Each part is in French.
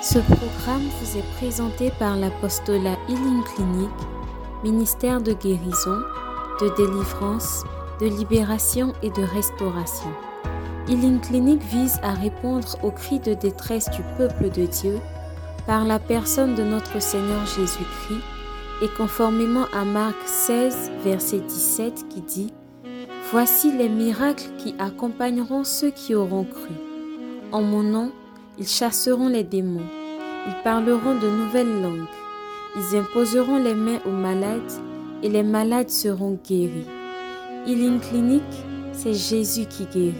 Ce programme vous est présenté par l'apostolat Healing Clinic, ministère de guérison, de délivrance, de libération et de restauration. Healing Clinic vise à répondre aux cris de détresse du peuple de Dieu par la personne de notre Seigneur Jésus-Christ et conformément à Marc 16, verset 17 qui dit « Voici les miracles qui accompagneront ceux qui auront cru. En mon nom, ils chasseront les démons, ils parleront de nouvelles langues, ils imposeront les mains aux malades et les malades seront guéris. » Healing Clinic, c'est Jésus qui guérit.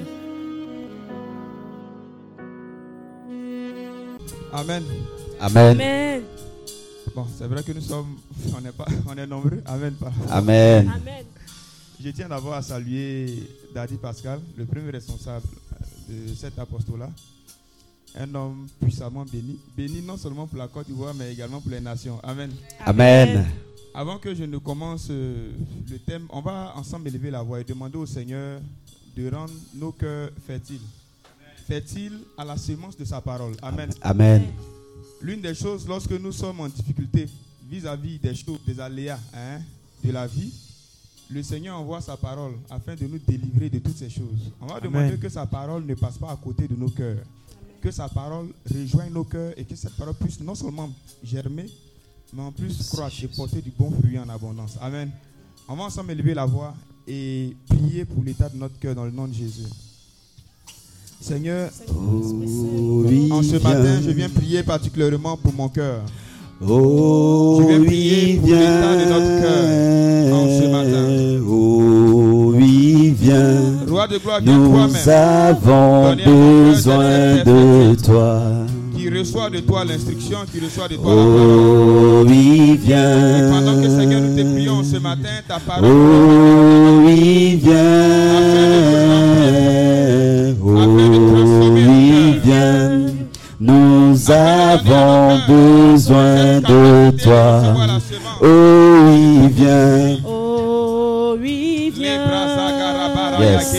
Amen. Amen. Amen. Bon, c'est vrai que on est nombreux. Amen. Amen. Amen. Je tiens d'abord à saluer Daddy Pascal, le premier responsable de cet apostolat. Un homme puissamment béni. Béni non seulement pour la Côte d'Ivoire, mais également pour les nations. Amen. Amen. Avant que je ne commence le thème, on va ensemble élever la voix et demander au Seigneur de rendre nos cœurs fertiles. Fertiles à la sémence de sa parole. Amen. Amen. L'une des choses, lorsque nous sommes en difficulté vis-à-vis des choses, des aléas de la vie, le Seigneur envoie sa parole afin de nous délivrer de toutes ces choses. On va demander que sa parole ne passe pas à côté de nos cœurs. Que sa parole rejoigne nos cœurs et que cette parole puisse non seulement germer, mais en plus croître et porter du bon fruit en abondance. Amen. On va ensemble élever la voix et prier pour l'état de notre cœur dans le nom de Jésus. Seigneur, en ce matin, je viens prier particulièrement pour mon cœur. Je viens prier pour l'état de notre cœur en ce matin. Oh oui, viens. Roi de gloire, viens Nous toi-même. avons besoin de toi. Qui reçoit de toi l'instruction, qui reçoit de toi la parole. Oh oui, Et viens. pendant que Seigneur, nous te prions ce matin, ta parole Oh oui, viens. Oh oui, viens. Nous avons besoin de toi. Oh oui, viens. Oh oui, viens. Yes.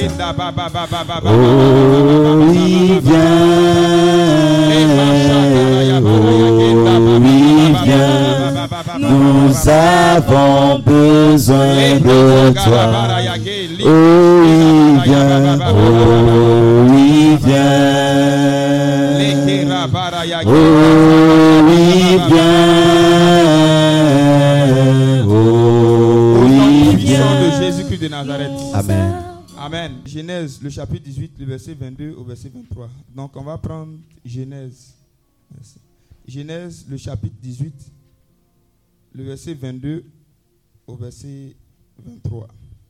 Oh oui, viens. Oh oui, viens. Nous avons besoin de toi. Oh oui, viens. Oh oui, viens. Oh oui, viens. Oh Au nom oui, puissant de viens. Jésus-Christ de Nazareth. Amen. Amen. Genèse, le chapitre 18, le verset 22 au verset 23. Donc, on va prendre Genèse. Genèse, le chapitre 18, le verset 22 au verset 23.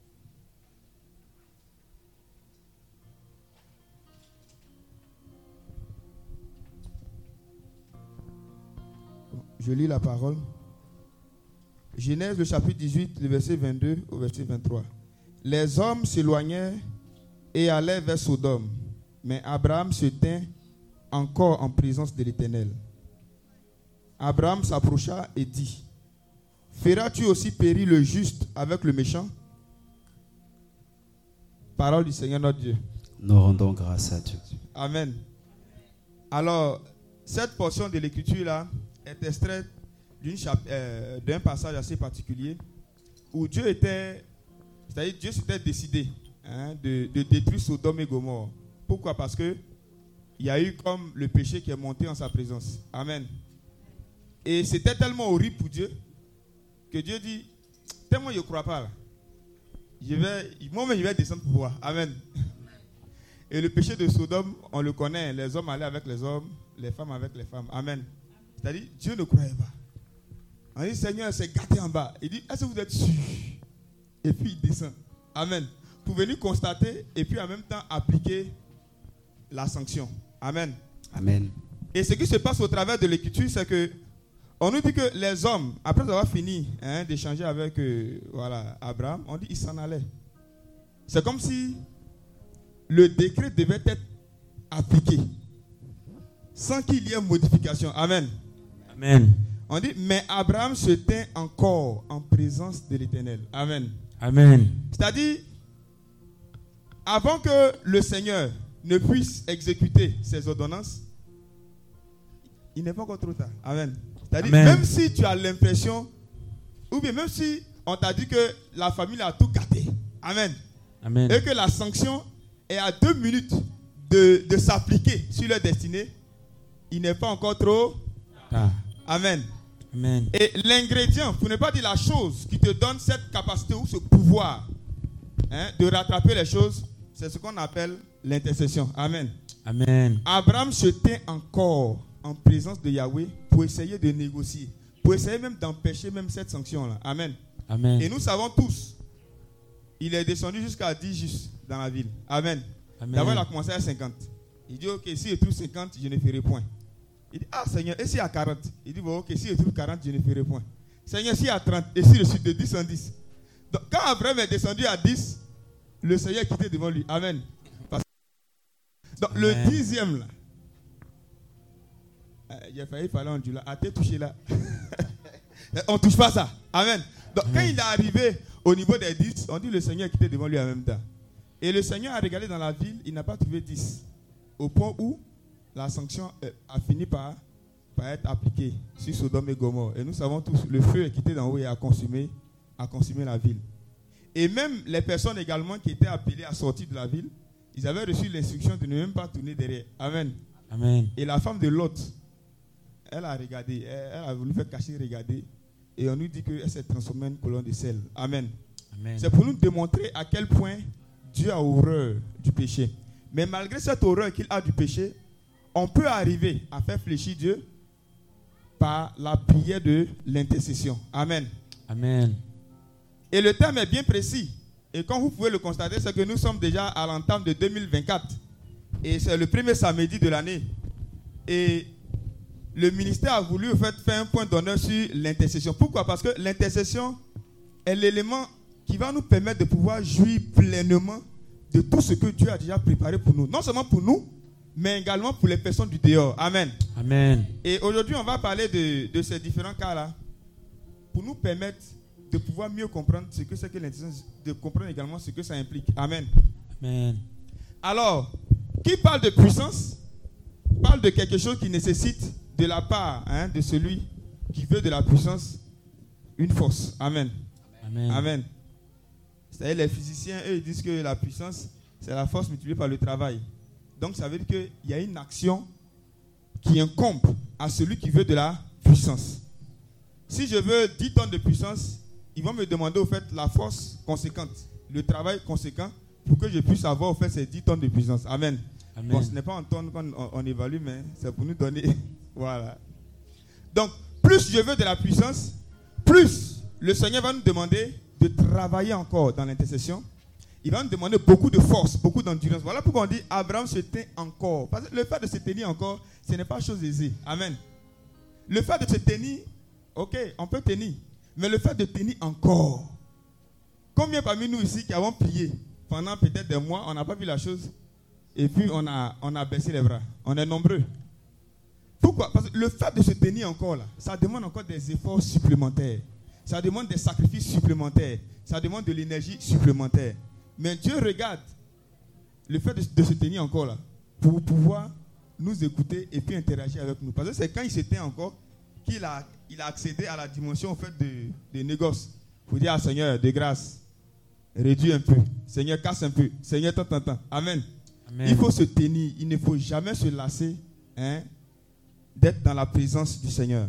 Je lis la parole. Genèse, le chapitre 18, le verset 22 au verset 23. Les hommes s'éloignèrent et allèrent vers Sodome. Mais Abraham se tint encore en présence de l'Éternel. Abraham s'approcha et dit, feras-tu aussi périr le juste avec le méchant? Parole du Seigneur notre Dieu. Nous rendons grâce à Dieu. Amen. Alors, cette portion de l'écriture-là est extraite d'un passage assez particulier où Dieu s'était décidé de détruire Sodome et Gomorrhe. Pourquoi? Parce que il y a eu comme le péché qui est monté en sa présence. Amen. Et c'était tellement horrible pour Dieu que Dieu dit, tellement je ne crois pas là. Moi-même je vais descendre pour voir. Amen. Et le péché de Sodome, on le connaît. Les hommes allaient avec les hommes, les femmes avec les femmes. Amen. C'est-à-dire, Dieu ne croyait pas. On dit, Seigneur, c'est gâté en bas. Il dit, est-ce que vous êtes sûr? Et puis il descend. Amen. Pour venir constater et puis en même temps appliquer la sanction. Amen. Amen. Et ce qui se passe au travers de l'écriture, c'est que on nous dit que les hommes, après avoir fini d'échanger avec Abraham, on dit qu'ils s'en allaient. C'est comme si le décret devait être appliqué sans qu'il y ait modification. Amen. Amen. On dit, mais Abraham se tint encore en présence de l'Éternel. Amen. Amen. C'est-à-dire, avant que le Seigneur ne puisse exécuter ses ordonnances, il n'est pas encore trop tard. Amen. C'est-à-dire, Amen. même si tu as l'impression, ou bien même si on t'a dit que la famille a tout gâté. Amen. Amen. Et que la sanction est à 2 minutes de s'appliquer sur leur destinée, il n'est pas encore trop tard. Amen. Amen. Et l'ingrédient, pour ne pas dire la chose qui te donne cette capacité ou ce pouvoir de rattraper les choses, c'est ce qu'on appelle l'intercession. Amen. Amen. Abraham se tint encore en présence de Yahweh pour essayer de négocier, pour essayer même d'empêcher même cette sanction-là. Amen. Amen. Et nous savons tous, il est descendu jusqu'à 10 justes dans la ville. Amen. Amen. D'abord, il a commencé à 50. Il dit, ok, si je trouve 50, je ne ferai point. Il dit, ah Seigneur, et s'il y a 40? Il dit, bon, ok, si je trouve 40, je ne ferai point. Seigneur, s'il y a 30, et si je suis de 10 en 10? Donc, quand Abraham est descendu à 10, le Seigneur est quitté devant lui. Amen. Donc, Amen. le 10e, là, j'ai failli parler en Dieu là. Ah, t'es touché là. On ne touche pas ça. Amen. Donc, quand il est arrivé au niveau des 10, on dit le Seigneur est quitté devant lui en même temps. Et le Seigneur a regardé dans la ville, il n'a pas trouvé 10. Au point où la sanction a fini par être appliquée sur Sodome et Gomorrhe. Et nous savons tous, le feu est quitté d'en haut et a consumé la ville. Et même les personnes également qui étaient appelées à sortir de la ville, ils avaient reçu l'instruction de ne même pas tourner derrière. Amen. Amen. Et la femme de Lot, elle a regardé, elle a voulu faire cacher, regarder. Et on nous dit qu'elle s'est transformée en une colonne de sel. Amen. Amen. C'est pour nous démontrer à quel point Dieu a horreur du péché. Mais malgré cette horreur qu'il a du péché, on peut arriver à faire fléchir Dieu par la prière de l'intercession. Amen. Amen. Et le thème est bien précis. Et comme vous pouvez le constater, c'est que nous sommes déjà à l'entame de 2024. Et c'est le premier samedi de l'année. Et le ministère a voulu en fait, faire un point d'honneur sur l'intercession. Pourquoi? Parce que l'intercession est l'élément qui va nous permettre de pouvoir jouir pleinement de tout ce que Dieu a déjà préparé pour nous. Non seulement pour nous, mais également pour les personnes du dehors. Amen. Amen. Et aujourd'hui, on va parler de ces différents cas-là pour nous permettre de pouvoir mieux comprendre ce que c'est que l'intelligence, de comprendre également ce que ça implique. Amen. Amen. Alors, qui parle de puissance, parle de quelque chose qui nécessite de la part de celui qui veut de la puissance une force. Amen. Amen. Amen. C'est-à-dire les physiciens, eux, ils disent que la puissance, c'est la force multipliée par le travail. Donc, ça veut dire qu'il y a une action qui incombe à celui qui veut de la puissance. Si je veux 10 tonnes de puissance, ils vont me demander au fait la force conséquente, le travail conséquent pour que je puisse avoir au fait ces 10 tonnes de puissance. Amen. Amen. Bon, ce n'est pas en tonnes qu'on évalue, mais c'est pour nous donner. Voilà. Donc, plus je veux de la puissance, plus le Seigneur va nous demander de travailler encore dans l'intercession. Il va nous demander beaucoup de force, beaucoup d'endurance. Voilà pourquoi on dit Abraham se tient encore. Parce que le fait de se tenir encore, ce n'est pas chose aisée. Amen. Le fait de se tenir, ok, on peut tenir. Mais le fait de tenir encore. Combien parmi nous ici qui avons prié pendant peut-être des mois, on n'a pas vu la chose et puis on a baissé les bras. On est nombreux. Pourquoi? Parce que le fait de se tenir encore là, ça demande encore des efforts supplémentaires. Ça demande des sacrifices supplémentaires. Ça demande de l'énergie supplémentaire. Mais Dieu regarde le fait de se tenir encore là pour pouvoir nous écouter et puis interagir avec nous. Parce que c'est quand il se tient encore qu'il a accédé à la dimension en fait, de négoce. Il faut dire à Seigneur, de grâce, réduis un peu. Seigneur, casse un peu. Seigneur, tant. Amen. Amen. Il faut se tenir. Il ne faut jamais se lasser d'être dans la présence du Seigneur.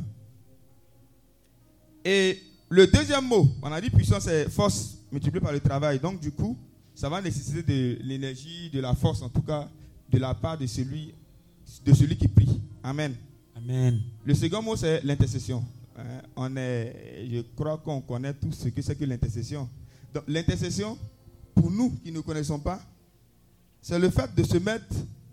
Et le deuxième mot, on a dit puissance, c'est force multipliée par le travail. Donc du coup, ça va nécessiter de l'énergie, de la force en tout cas, de la part de celui qui prie. Amen. Amen. Le second mot, c'est l'intercession. Je crois qu'on connaît tous ce que c'est que l'intercession. Donc l'intercession, pour nous qui ne connaissons pas, c'est le fait de se mettre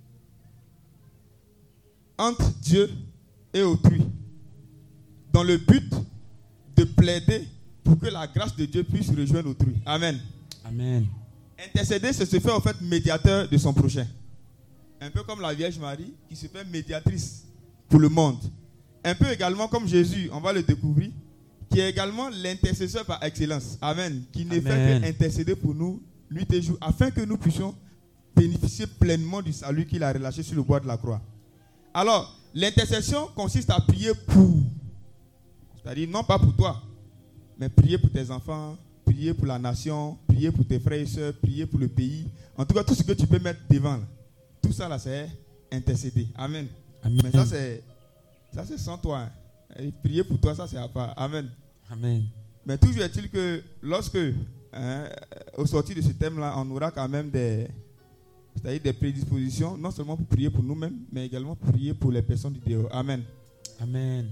entre Dieu et autrui, dans le but de plaider pour que la grâce de Dieu puisse rejoindre autrui. Amen. Amen. Intercéder, c'est se faire en fait médiateur de son prochain. Un peu comme la Vierge Marie qui se fait médiatrice pour le monde. Un peu également comme Jésus, on va le découvrir, qui est également l'intercesseur par excellence. Amen. Qui ne fait qu'intercéder pour nous, nuit et jour, afin que nous puissions bénéficier pleinement du salut qu'il a relâché sur le bois de la croix. Alors, L'intercession consiste à prier pour. C'est-à-dire, non pas pour toi, mais prier pour tes enfants, prier pour la nation, prier pour tes frères et sœurs, prier pour le pays. En tout cas, tout ce que tu peux mettre devant. Là. Tout ça, là, c'est intercéder. Amen. Amen. Mais ça, c'est sans toi. Hein. Et prier pour toi, ça, c'est à part. Amen. Amen. Mais toujours est-il que lorsque, au sortir de ce thème-là, on aura quand même c'est-à-dire des prédispositions, non seulement pour prier pour nous-mêmes, mais également pour prier pour les personnes du dehors. Amen. Amen.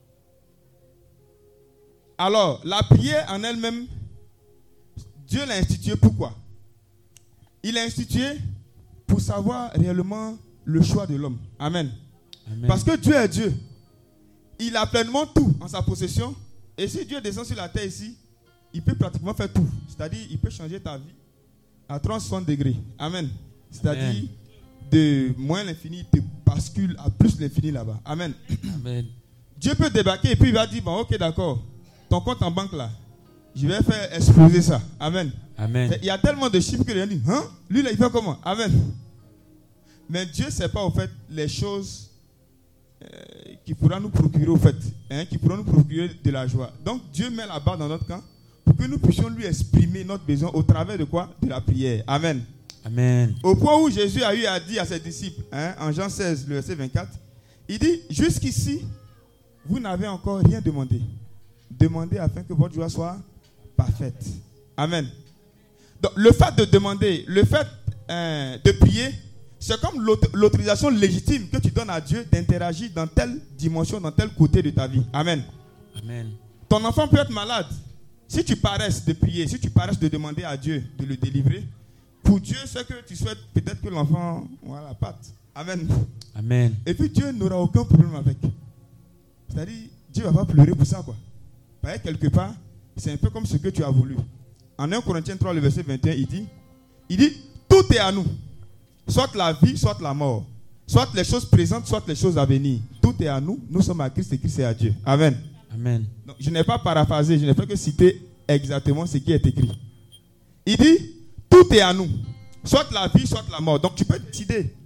Alors, la prière en elle-même, Dieu l'a instituée pourquoi? Il l'a instituée pour savoir réellement le choix de l'homme. Amen. Amen. Parce que Dieu est Dieu. Il a pleinement tout en sa possession. Et si Dieu descend sur la terre ici, il peut pratiquement faire tout. C'est-à-dire, il peut changer ta vie à 360 degrés. Amen. C'est-à-dire, de moins l'infini, il te bascule à plus l'infini là-bas. Amen. Amen. Dieu peut débarquer et puis il va dire, bon, ok, d'accord. Ton compte en banque là, je vais faire exploser ça. Amen. Amen. Il y a tellement de chiffres que les gens disent, hein? Lui là, il fait comment? Amen. Mais Dieu ne sait pas au fait les choses qui pourront nous procurer au fait, qui pourront nous procurer de la joie. Donc Dieu met la barre dans notre camp pour que nous puissions lui exprimer notre besoin au travers de quoi? De la prière. Amen. Amen. Au point où Jésus a eu à dire à ses disciples, en Jean 16, le verset 24, il dit, jusqu'ici, vous n'avez encore rien demandé. Demandez afin que votre joie soit parfaite. Amen. Donc, le fait de demander, le fait de prier, c'est comme l'autorisation légitime que tu donnes à Dieu d'interagir dans telle dimension, dans tel côté de ta vie. Amen. Amen. Ton enfant peut être malade. Si tu paresses de prier, si tu paresses de demander à Dieu de le délivrer, pour Dieu, c'est que tu souhaites peut-être que l'enfant la patte. Amen. Amen. Et puis Dieu n'aura aucun problème avec. C'est-à-dire, Dieu ne va pas pleurer pour ça, quoi. Parce que quelque part, c'est un peu comme ce que tu as voulu. En 1 Corinthiens 3, le verset 21, il dit, tout est à nous. Soit la vie, soit la mort. Soit les choses présentes, soit les choses à venir. Tout est à nous. Nous sommes à Christ et Christ est à Dieu. Amen. Amen. Donc, je n'ai pas paraphrasé, je n'ai fait que citer exactement ce qui est écrit. Il dit, tout est à nous. Soit la vie, soit la mort. Donc tu peux décider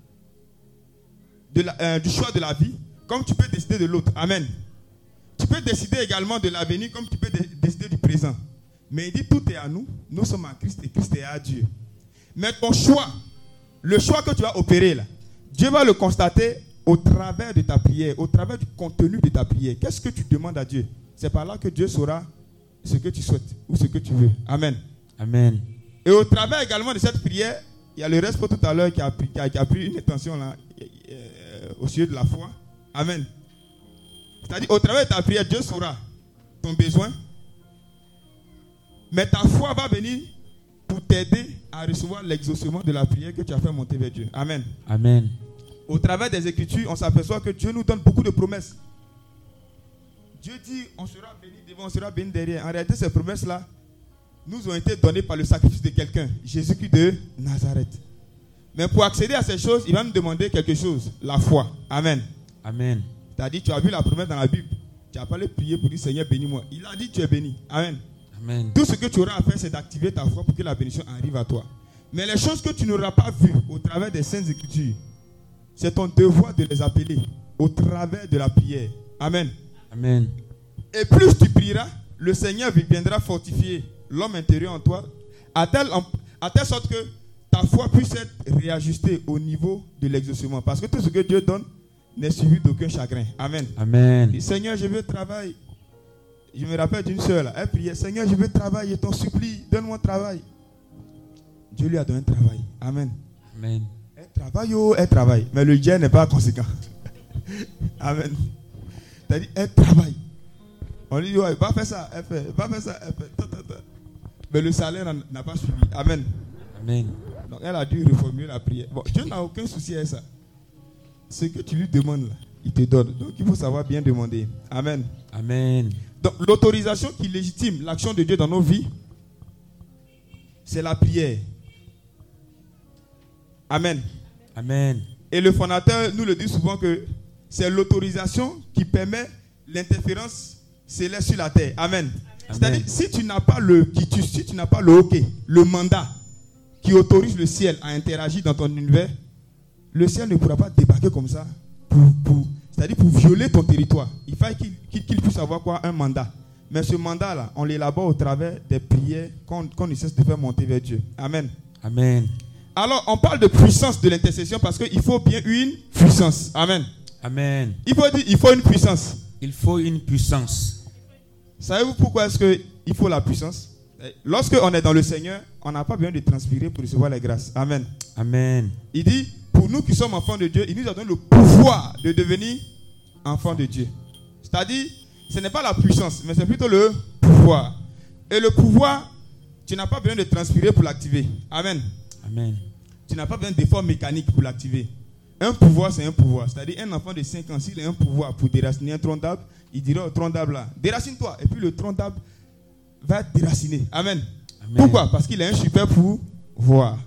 du choix de la vie, comme tu peux décider de l'autre. Amen. Tu peux décider également de l'avenir, comme tu peux décider du présent. Mais il dit, tout est à nous. Nous sommes en Christ et Christ est à Dieu. Mais ton choix, le choix que tu vas opérer là, Dieu va le constater au travers de ta prière, au travers du contenu de ta prière. Qu'est-ce que tu demandes à Dieu? C'est par là que Dieu saura ce que tu souhaites ou ce que tu veux. Amen. Amen. Et au travers également de cette prière, il y a le reste pour tout à l'heure qui a pris une attention là, au sujet de la foi. Amen. C'est-à-dire, au travers de ta prière, Dieu saura ton besoin. Mais ta foi va venir pour t'aider à recevoir l'exaucement de la prière que tu as fait monter vers Dieu. Amen. Amen. Au travers des Écritures, on s'aperçoit que Dieu nous donne beaucoup de promesses. Dieu dit, on sera béni devant, on sera béni derrière. En réalité, ces promesses-là nous ont été données par le sacrifice de quelqu'un, Jésus-Christ de Nazareth. Mais pour accéder à ces choses, il va nous demander quelque chose, la foi. Amen. Amen. C'est-à-dire, tu as vu la promesse dans la Bible. Tu n'as pas le prier pour dire, Seigneur, bénis-moi. Il a dit, tu es béni. Amen. Amen. Tout ce que tu auras à faire, c'est d'activer ta foi pour que la bénédiction arrive à toi. Mais les choses que tu n'auras pas vues au travers des Saintes Écritures, c'est ton devoir de les appeler au travers de la prière. Amen. Amen. Et plus tu prieras, le Seigneur viendra fortifier l'homme intérieur en toi, à telle sorte que ta foi puisse être réajustée au niveau de l'exaucement. Parce que tout ce que Dieu donne n'est suivi d'aucun chagrin. Amen. Amen. Et Seigneur, je veux travailler. Je me rappelle d'une soeur là, elle priait, Seigneur, je veux travailler, je t'en supplie, donne-moi un travail. Dieu lui a donné un travail. Amen. Amen. Elle travaille, mais le Dieu n'est pas conséquent. Amen. C'est-à-dire, elle travaille. On lui dit, ouais, va faire ça, elle fait, va faire ça, elle fait. Mais le salaire n'a pas suivi. Amen. Amen. Donc elle a dû reformuler la prière. Bon, Dieu n'a aucun souci avec ça. Ce que tu lui demandes là, il te donne. Donc il faut savoir bien demander. Amen. Amen. Donc l'autorisation qui légitime l'action de Dieu dans nos vies, c'est la prière. Amen. Amen. Et le fondateur nous le dit souvent que c'est l'autorisation qui permet l'interférence céleste sur la terre. Amen. C'est-à-dire, si tu n'as pas le quitus, si tu n'as pas le OK, le mandat qui autorise le ciel à interagir dans ton univers, le ciel ne pourra pas débarquer comme ça c'est-à-dire pour violer ton territoire, il fallait qu'il puisse avoir quoi? Un mandat. Mais ce mandat-là, on l'élabore au travers des prières qu'on ne cesse de faire monter vers Dieu. Amen. Amen. Alors, on parle de puissance de l'intercession parce qu'il faut bien une puissance. Amen. Amen. Il faut une puissance. Il faut une puissance. Savez-vous pourquoi est-ce qu'il faut la puissance? Lorsque on est dans le Seigneur, on n'a pas besoin de transpirer pour recevoir les grâces. Amen. Amen. Il dit, pour nous qui sommes enfants de Dieu, il nous a donné le pouvoir de devenir enfants de Dieu. C'est-à-dire, ce n'est pas la puissance, mais c'est plutôt le pouvoir. Et le pouvoir, tu n'as pas besoin de transpirer pour l'activer. Amen. Amen. Tu n'as pas besoin d'efforts mécaniques pour l'activer. Un pouvoir, c'est un pouvoir. C'est-à-dire, un enfant de 5 ans, s'il a un pouvoir pour déraciner un tronc d'arbre, il dira au tronc d'arbre là, déracine-toi. Et puis le tronc d'arbre va être déraciné. Amen. Amen. Pourquoi? Parce qu'il a un super pouvoir.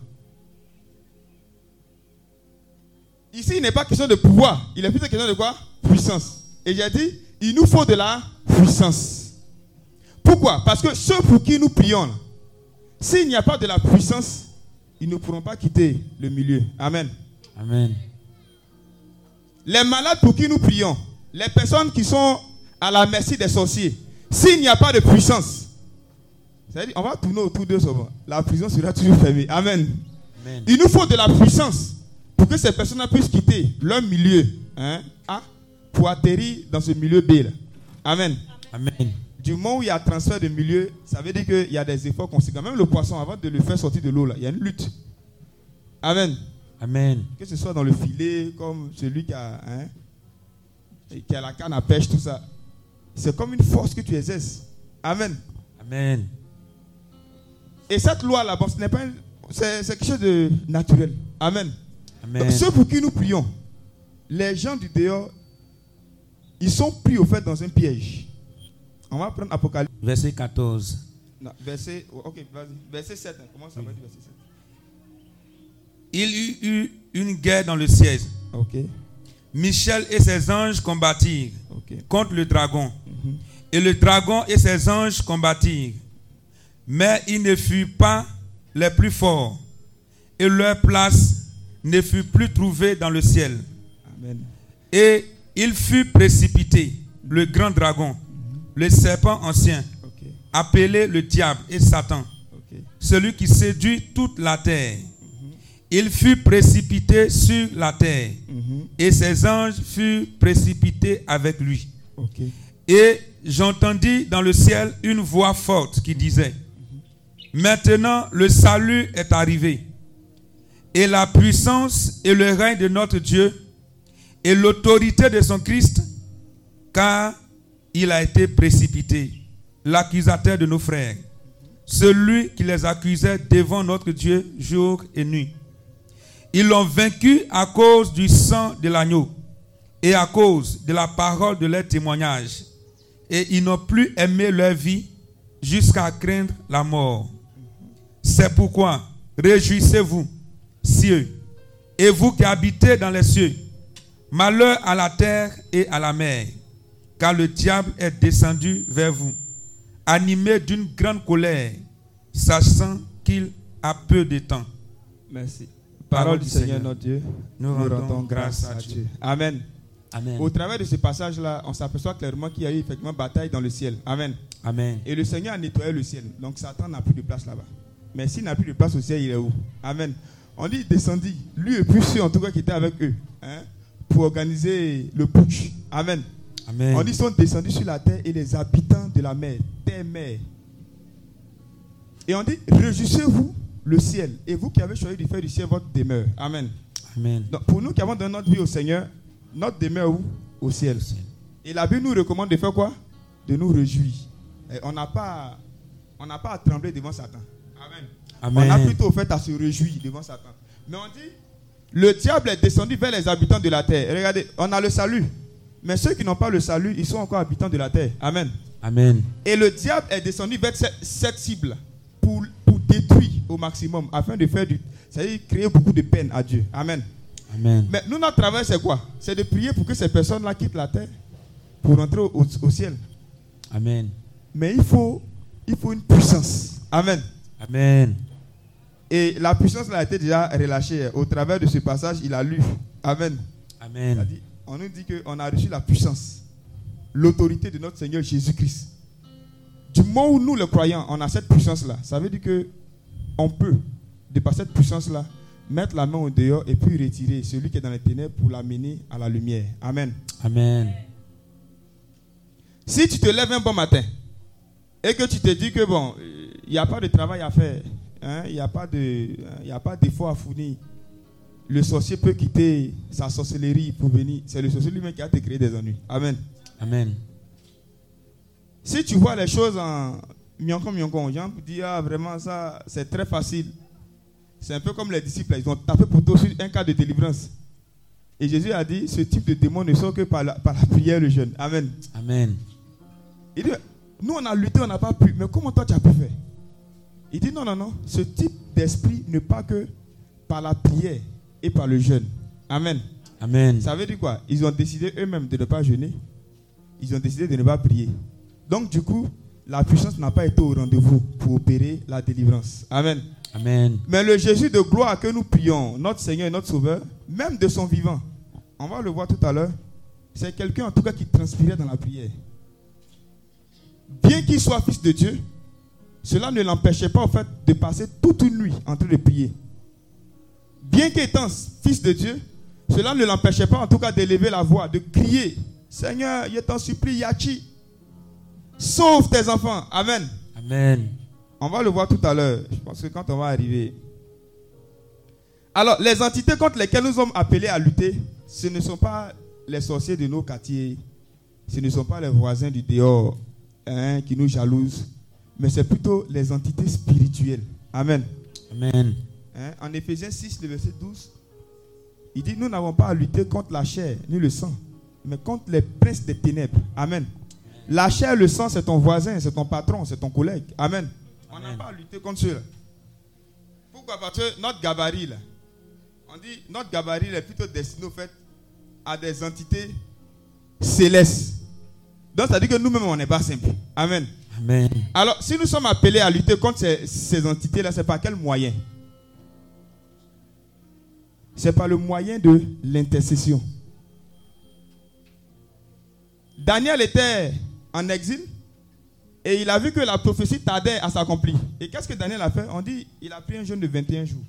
Ici, il n'est pas question de pouvoir. Il est plutôt question de quoi? Puissance. Et j'ai dit, il nous faut de la puissance. Pourquoi? Parce que ceux pour qui nous prions, s'il n'y a pas de la puissance, ils ne pourront pas quitter le milieu. Amen. Amen. Les malades pour qui nous prions, les personnes qui sont à la merci des sorciers, s'il n'y a pas de puissance, c'est-à-dire on va tourner autour d'eux souvent, la prison sera toujours fermée. Amen. Amen. Il nous faut de la puissance pour que ces personnes puissent quitter leur milieu, pour atterrir dans ce milieu B. Amen. Amen. Du moment où il y a transfert de milieu, ça veut dire qu'il y a des efforts conséquents. Même le poisson, avant de le faire sortir de l'eau, là, il y a une lutte. Amen. Amen. Que ce soit dans le filet, comme celui qui a la canne à pêche, tout ça. C'est comme une force que tu exerces. Amen. Amen. Et cette loi-là, bon, ce n'est pas c'est quelque chose de naturel. Amen. Amen. Donc, ceux pour qui nous prions, les gens du dehors, ils sont pris au fait dans un piège. On va prendre Apocalypse. Verset 14. Non, verset, ok, vas-y. Verset 7. Comment ça va dire verset 7? Il y eut une guerre dans le ciel. Okay. Michel et ses anges combattirent contre le dragon. Et le dragon et ses anges combattirent. Mais ils ne furent pas les plus forts. Et leur place ne fut plus trouvée dans le ciel. Amen. Et il fut précipité, le grand dragon, le serpent ancien, appelé le diable et Satan, celui qui séduit toute la terre. Il fut précipité sur la terre, et ses anges furent précipités avec lui. Et j'entendis dans le ciel une voix forte qui disait, maintenant le salut est arrivé, et la puissance et le règne de notre Dieu, et l'autorité de son Christ, car il a été précipité, l'accusateur de nos frères, celui qui les accusait devant notre Dieu jour et nuit. Ils l'ont vaincu à cause du sang de l'agneau et à cause de la parole de leur témoignage. Et ils n'ont plus aimé leur vie jusqu'à craindre la mort. C'est pourquoi, réjouissez-vous, cieux, et vous qui habitez dans les cieux, malheur à la terre et à la mer, car le diable est descendu vers vous, animé d'une grande colère, sachant qu'il a peu de temps. Merci. Parole du Seigneur notre Dieu, nous rendons grâce à Dieu. Amen. Amen. Au travers de ce passage-là, on s'aperçoit clairement qu'il y a eu effectivement bataille dans le ciel. Amen. Amen. Et le Seigneur a nettoyé le ciel. Donc Satan n'a plus de place là-bas. Mais s'il n'a plus de place au ciel, il est où? Amen. On dit il descendit. Lui et plus ceux en tout cas qui étaient avec eux, pour organiser le putsch. Amen. Amen. On dit ils sont descendus sur la terre et les habitants de la mer, terre-mer. Et on dit réjouissez-vous le ciel, et vous qui avez choisi de faire du ciel votre demeure. Amen. Amen. Donc, pour nous qui avons donné notre vie au Seigneur, notre demeure où? Au ciel. Et la Bible nous recommande de faire quoi? De nous réjouir. Et on n'a pas à trembler devant Satan. Amen. Amen. On a plutôt fait à se réjouir devant Satan. Mais on dit, le diable est descendu vers les habitants de la terre. Et regardez, on a le salut. Mais ceux qui n'ont pas le salut, ils sont encore habitants de la terre. Amen. Amen. Et le diable est descendu vers cette cible pour détruire au maximum, afin de faire c'est-à-dire créer beaucoup de peine à Dieu. Amen. Amen. Mais nous, notre travail, c'est quoi? C'est de prier pour que ces personnes-là quittent la terre pour rentrer au ciel. Amen. Mais il faut une puissance. Amen. Amen. Et la puissance là a été déjà relâchée. Au travers de ce passage, il a lu. Amen. Amen. on nous dit qu'on a reçu la puissance, l'autorité de notre Seigneur Jésus-Christ. Du moment où nous, les croyants, on a cette puissance-là, ça veut dire qu'on peut, de par cette puissance-là, mettre la main au dehors et puis retirer celui qui est dans les ténèbres pour l'amener à la lumière. Amen. Amen. Si tu te lèves un bon matin et que tu te dis que bon, il n'y a pas de travail à faire, hein, il n'y a pas d'effort à fournir, le sorcier peut quitter sa sorcellerie pour venir. C'est le sorcier lui-même qui a te créé des ennuis. Amen. Amen. Si tu vois les choses en miancon, gens disent ah vraiment ça c'est très facile. C'est un peu comme les disciples, ils ont tapé pour toi sur un cas de délivrance. Et Jésus a dit ce type de démon ne sort que par la prière le jeûne. Amen. Amen. Il dit nous on a lutté, on n'a pas pu, mais comment toi tu as pu faire? Il dit non, ce type d'esprit ne part que par la prière et par le jeûne. Amen. Amen. Ça veut dire quoi? Ils ont décidé eux-mêmes de ne pas jeûner. Ils ont décidé de ne pas prier. Donc du coup, la puissance n'a pas été au rendez-vous pour opérer la délivrance. Amen. Amen. Mais le Jésus de gloire que nous prions, notre Seigneur et notre Sauveur, même de son vivant, on va le voir tout à l'heure, c'est quelqu'un en tout cas qui transpirait dans la prière. Bien qu'il soit fils de Dieu, cela ne l'empêchait pas en fait de passer toute une nuit en train de prier. Bien qu'étant fils de Dieu, cela ne l'empêchait pas en tout cas d'élever la voix, de crier, Seigneur, je t'en supplie, Yachi, sauve tes enfants. Amen. Amen. On va le voir tout à l'heure. Je pense que quand on va arriver. Alors, les entités contre lesquelles nous sommes appelés à lutter, ce ne sont pas les sorciers de nos quartiers, ce ne sont pas les voisins du dehors qui nous jalousent, mais c'est plutôt les entités spirituelles. Amen. Amen. En Éphésiens 6, le verset 12, il dit, nous n'avons pas à lutter contre la chair ni le sang, mais contre les princes des ténèbres. Amen. La chair, le sang, c'est ton voisin, c'est ton patron, c'est ton collègue. Amen. On n'a pas à lutter contre ceux-là. Pourquoi? Parce que notre gabarit, là, on dit notre gabarit est plutôt destiné au fait à des entités célestes. Donc ça dit que nous-mêmes on n'est pas simples. Amen. Amen. Alors si nous sommes appelés à lutter contre ces entités-là, c'est par quel moyen? C'est par le moyen de l'intercession. Daniel était en exil. Et il a vu que la prophétie tardait à s'accomplir. Et qu'est-ce que Daniel a fait? On dit il a pris un jeûne de 21 jours.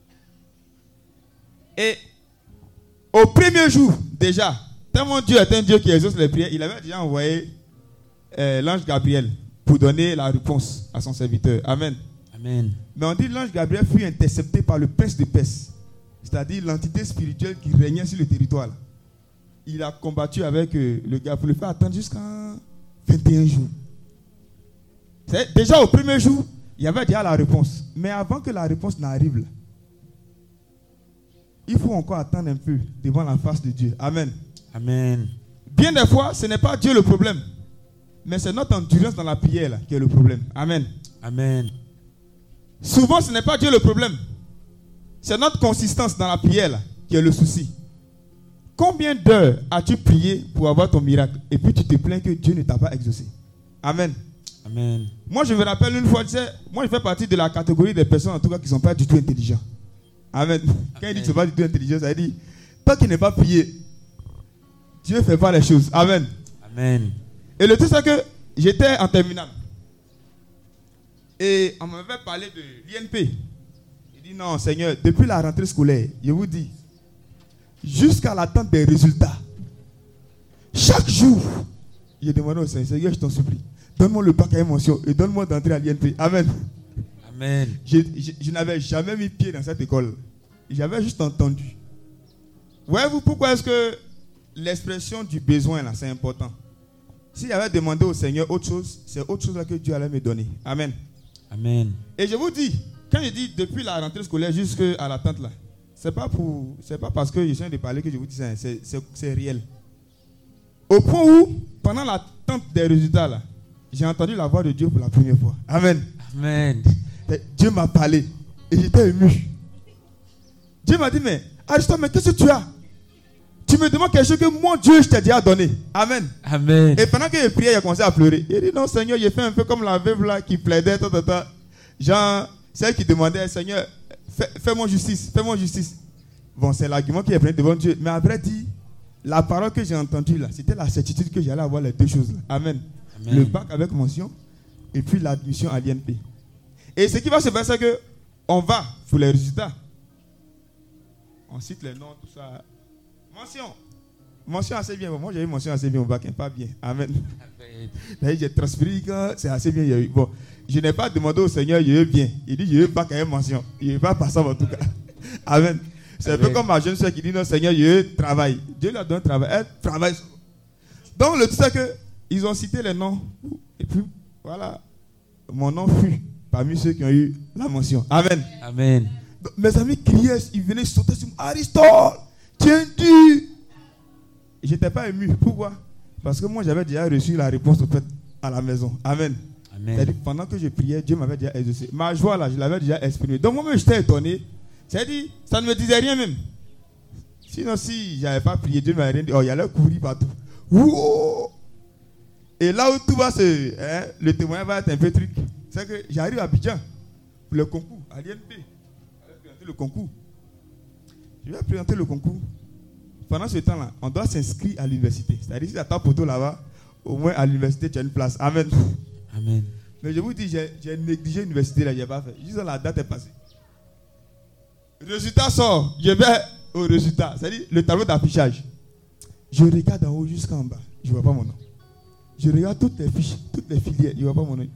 Et au premier jour, déjà, tellement Dieu est un Dieu qui exauce les prières, il avait déjà envoyé l'ange Gabriel pour donner la réponse à son serviteur. Amen. Amen. Mais on dit l'ange Gabriel fut intercepté par le prince de Perse, c'est-à-dire l'entité spirituelle qui régnait sur le territoire. Il a combattu avec le gars pour le faire attendre jusqu'à 21 jours. Déjà au premier jour, il y avait déjà la réponse. Mais avant que la réponse n'arrive, là, il faut encore attendre un peu devant la face de Dieu. Amen. Amen. Bien des fois, ce n'est pas Dieu le problème, mais c'est notre endurance dans la prière là, qui est le problème. Amen. Amen. Souvent, ce n'est pas Dieu le problème, c'est notre consistance dans la prière là, qui est le souci. Combien d'heures as-tu prié pour avoir ton miracle et puis tu te plains que Dieu ne t'a pas exaucé? Amen. Amen. Moi, je me rappelle une fois, tu sais, moi, je fais partie de la catégorie des personnes, en tout cas, qui ne sont pas du tout intelligents. Amen. Quand il dit que tu ne sont pas du tout intelligents, ça dit, toi qui n'es pas prié, Dieu ne fait pas les choses. Amen. Amen. Et le truc, c'est que j'étais en terminale. Et on m'avait parlé de l'INP. Il dit, non, Seigneur, depuis la rentrée scolaire, je vous dis, jusqu'à l'attente des résultats, chaque jour, il demandé au Seigneur, Seigneur, je t'en supplie, donne-moi le bac à émotion et donne-moi d'entrer à l'INP. Amen. Amen. Je n'avais jamais mis pied dans cette école. J'avais juste entendu. Voyez-vous pourquoi est-ce que l'expression du besoin, là, c'est important? S'il avait demandé au Seigneur autre chose, c'est autre chose là que Dieu allait me donner. Amen. Amen. Et je vous dis, quand je dis depuis la rentrée scolaire jusqu'à l'attente là, c'est pas parce que je suis en train de parler que je vous dis ça, c'est réel. Au point où, pendant l'attente des résultats là, j'ai entendu la voix de Dieu pour la première fois. Amen. Amen. Dieu m'a parlé et j'étais ému. Dieu m'a dit, mais Ariston, mais qu'est-ce que tu as? Tu me demandes quelque chose que mon Dieu, je t'ai déjà donné. Amen. Amen. Et pendant que je priais, il a commencé à pleurer. Il dit, non Seigneur, j'ai fait un peu comme la veuve là qui plaidait, genre, celle qui demandait, Seigneur, fais-moi justice, fais-moi justice. Bon, c'est l'argument qu'il est pris devant Dieu. Mais après dit, la parole que j'ai entendue là, c'était la certitude que j'allais avoir les deux choses là. Amen. Amen. Le bac avec mention et puis l'admission à l'INP. Et ce qui va se passer, c'est que on va pour les résultats. On cite les noms, tout ça. Mention assez bien. Moi, j'ai eu mention assez bien au bac, hein, pas bien. Amen. Amen. J'ai transféré, c'est assez bien. Eu. Bon, je n'ai pas demandé au Seigneur, il est bien. Il dit, je veux bac avec mention. Il n'est pas passable en tout cas. Amen. C'est un peu comme ma jeune soeur qui dit, non, Seigneur, je travaille. Dieu lui a donné un travail. Elle travaille. Donc, le tout, c'est qu'ils ont cité les noms. Et puis, voilà. Mon nom fut parmi ceux qui ont eu la mention. Amen. Amen. Donc, mes amis criaient, ils venaient sauter sur moi. Aristote, tiens-tu? Je n'étais pas ému. Pourquoi? Parce que moi, j'avais déjà reçu la réponse au fait à la maison. Amen. Amen. C'est-à-dire, pendant que je priais, Dieu m'avait déjà exaucé. Ma joie, là, je l'avais déjà exprimée. Donc, moi-même, j'étais étonné. C'est-à-dire, ça ne me disait rien même. Sinon, si je n'avais pas prié, Dieu ne m'avait rien dit. Oh, il allait courir partout. Ouh! Et là où tout va le témoignage va être un peu truc. C'est que j'arrive à Abidjan pour le concours, à l'INP. Je vais présenter le concours. Je vais présenter le concours. Pendant ce temps-là, on doit s'inscrire à l'université. C'est-à-dire, si tu as ta photo là-bas, au moins à l'université, tu as une place. Amen. Amen. Mais je vous dis, j'ai négligé l'université là, je n'ai pas fait. Juste la date est passée. Le résultat sort. Je vais au résultat. C'est-à-dire, le tableau d'affichage. Je regarde d'en haut jusqu'en bas. Je ne vois pas mon nom. Je regarde toutes les fiches, toutes les filières. Je ne vois pas mon nom.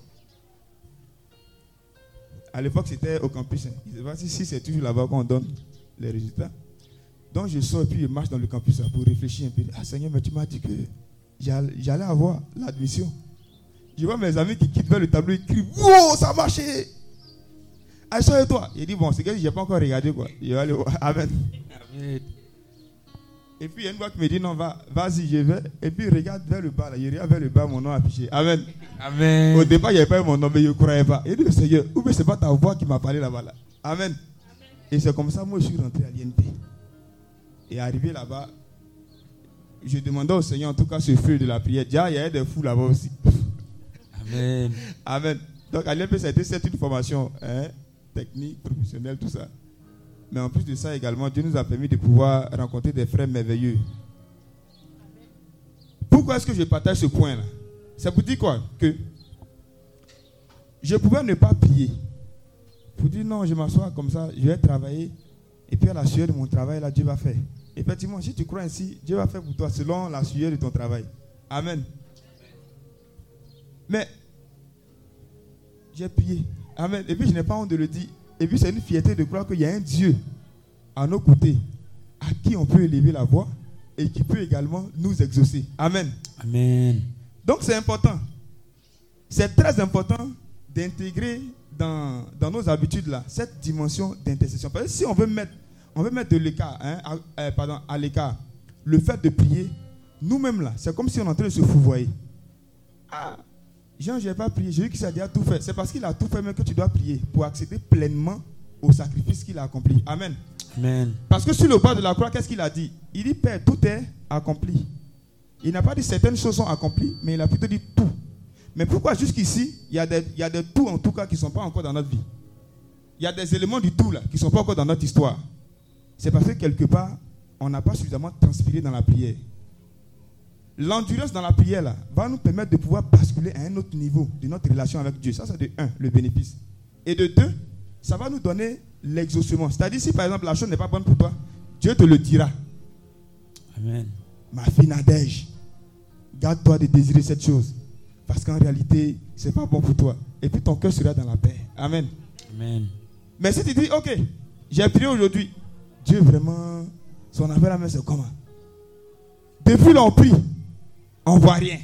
À l'époque, c'était au campus. Je ne sais pas si c'est toujours là-bas qu'on donne les résultats. Donc, je sors et puis je marche dans le campus pour réfléchir un peu. Ah, Seigneur, mais tu m'as dit que j'allais avoir l'admission. Je vois mes amis qui quittent vers le tableau, ils crient, wow, ça a marché. Ah, ça et toi. Il dit, bon, c'est que je n'ai pas encore regardé, quoi. Je vais aller voir. Amen. Amen. Et puis, il y a une voix qui me dit, non, vas-y, je vais. Et puis, regarde vers le bas, là. Je regarde vers le bas, mon nom affiché. Amen. Amen. Au départ, il n'y avait pas mon nom, mais je ne croyais pas. Il dit, Seigneur, ou bien ce n'est pas ta voix qui m'a parlé là-bas, là. Amen. Amen. Et c'est comme ça, moi, je suis rentré à l'INP. Et arrivé là-bas, je demandais au Seigneur, en tout cas, ce feu de la prière. Déjà, il y avait des fous là-bas aussi. Amen. Amen. Donc, à l'INP, ça a été une formation technique, professionnelle, tout ça. Mais en plus de ça également, Dieu nous a permis de pouvoir rencontrer des frères merveilleux. Pourquoi est-ce que je partage ce point-là? Ça vous dit quoi? Que je pouvais ne pas prier. Pour dire non, je m'assois comme ça, je vais travailler. Et puis à la sueur de mon travail, là, Dieu va faire. Effectivement, si tu crois ainsi, Dieu va faire pour toi selon la sueur de ton travail. Amen. Mais j'ai prié. Amen. Et puis je n'ai pas honte de le dire. Et puis c'est une fierté de croire qu'il y a un Dieu à nos côtés à qui on peut élever la voix et qui peut également nous exaucer. Amen. Amen. Donc c'est important. C'est très important d'intégrer dans nos habitudes là cette dimension d'intercession. Parce que si on veut mettre de l'écart, à l'écart le fait de prier, nous-mêmes là, c'est comme si on est en train de se fouvoyer. Ah, Jean, je n'ai pas prié. Jésus qui a déjà tout fait. C'est parce qu'il a tout fait même que tu dois prier pour accéder pleinement au sacrifice qu'il a accompli. Amen. Amen. Parce que sur le bas de la croix, qu'est-ce qu'il a dit? Il dit, Père, tout est accompli. Il n'a pas dit certaines choses sont accomplies, mais il a plutôt dit tout. Mais pourquoi jusqu'ici, il y a des tout en tout cas qui ne sont pas encore dans notre vie? Il y a des éléments du tout là qui ne sont pas encore dans notre histoire. C'est parce que quelque part, on n'a pas suffisamment transpiré dans la prière. L'endurance dans la prière là, va nous permettre de pouvoir basculer à un autre niveau de notre relation avec Dieu. Ça, c'est de 1, le bénéfice. Et de 2, ça va nous donner l'exaucement. C'est-à-dire, si par exemple la chose n'est pas bonne pour toi, Dieu te le dira. Amen. Ma fille Nadège, garde-toi de désirer cette chose. Parce qu'en réalité, ce n'est pas bon pour toi. Et puis ton cœur sera dans la paix. Amen. Amen. Mais si tu dis, ok, j'ai prié aujourd'hui, Dieu vraiment, son affaire à main, c'est comment? Depuis l'on prie, on ne voit rien.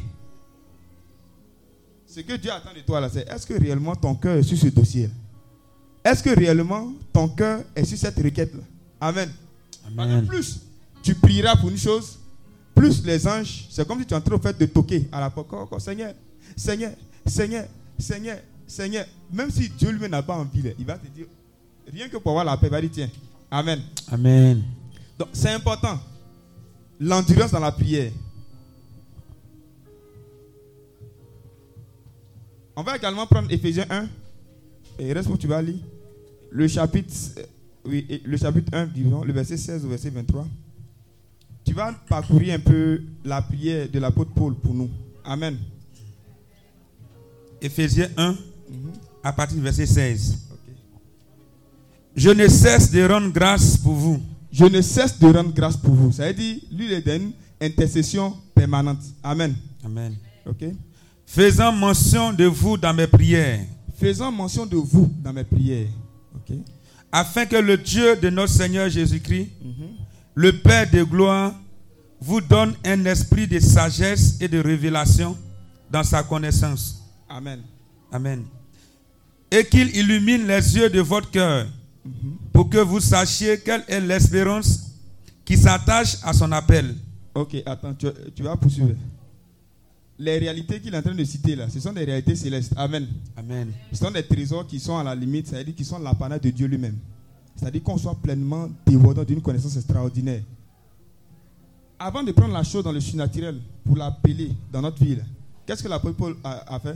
Ce que Dieu attend de toi là, c'est est-ce que réellement ton cœur est sur ce dossier là? Est-ce que réellement ton cœur est sur cette requête là? Amen. Amen. Plus tu prieras pour une chose, plus les anges, c'est comme si tu es en train de toquer à la porte. Seigneur, Seigneur, Seigneur, Seigneur, Seigneur. Même si Dieu lui n'a pas envie, il va te dire, rien que pour avoir la paix, il va dire tiens. Amen. Amen. Donc c'est important. L'endurance dans la prière. On va également prendre Éphésiens 1. Et reste où tu vas lire. Le chapitre 1, disons, le verset 16 au verset 23. tu vas parcourir un peu la prière de l'apôtre Paul pour nous. Amen. Éphésiens 1, à partir du verset 16. Okay. Je ne cesse de rendre grâce pour vous. Je ne cesse de rendre grâce pour vous. Ça veut dire, lui, il est une intercession permanente. Amen. Amen. Ok. Faisant mention de vous dans mes prières. Faisant mention de vous dans mes prières. Ok. Afin que le Dieu de notre Seigneur Jésus-Christ, le Père de gloire, vous donne un esprit de sagesse et de révélation dans sa connaissance. Amen. Amen. Et qu'il illumine les yeux de votre cœur pour que vous sachiez quelle est l'espérance qui s'attache à son appel. Ok, attends, tu vas poursuivre. Les réalités qu'il est en train de citer là, ce sont des réalités célestes. Amen. Amen. Ce sont des trésors qui sont à la limite, c'est-à-dire qui sont l'apanage de Dieu lui-même. C'est-à-dire qu'on soit pleinement dévorant d'une connaissance extraordinaire. Avant de prendre la chose dans le surnaturel pour l'appeler dans notre vie, qu'est-ce que l'apôtre Paul a fait?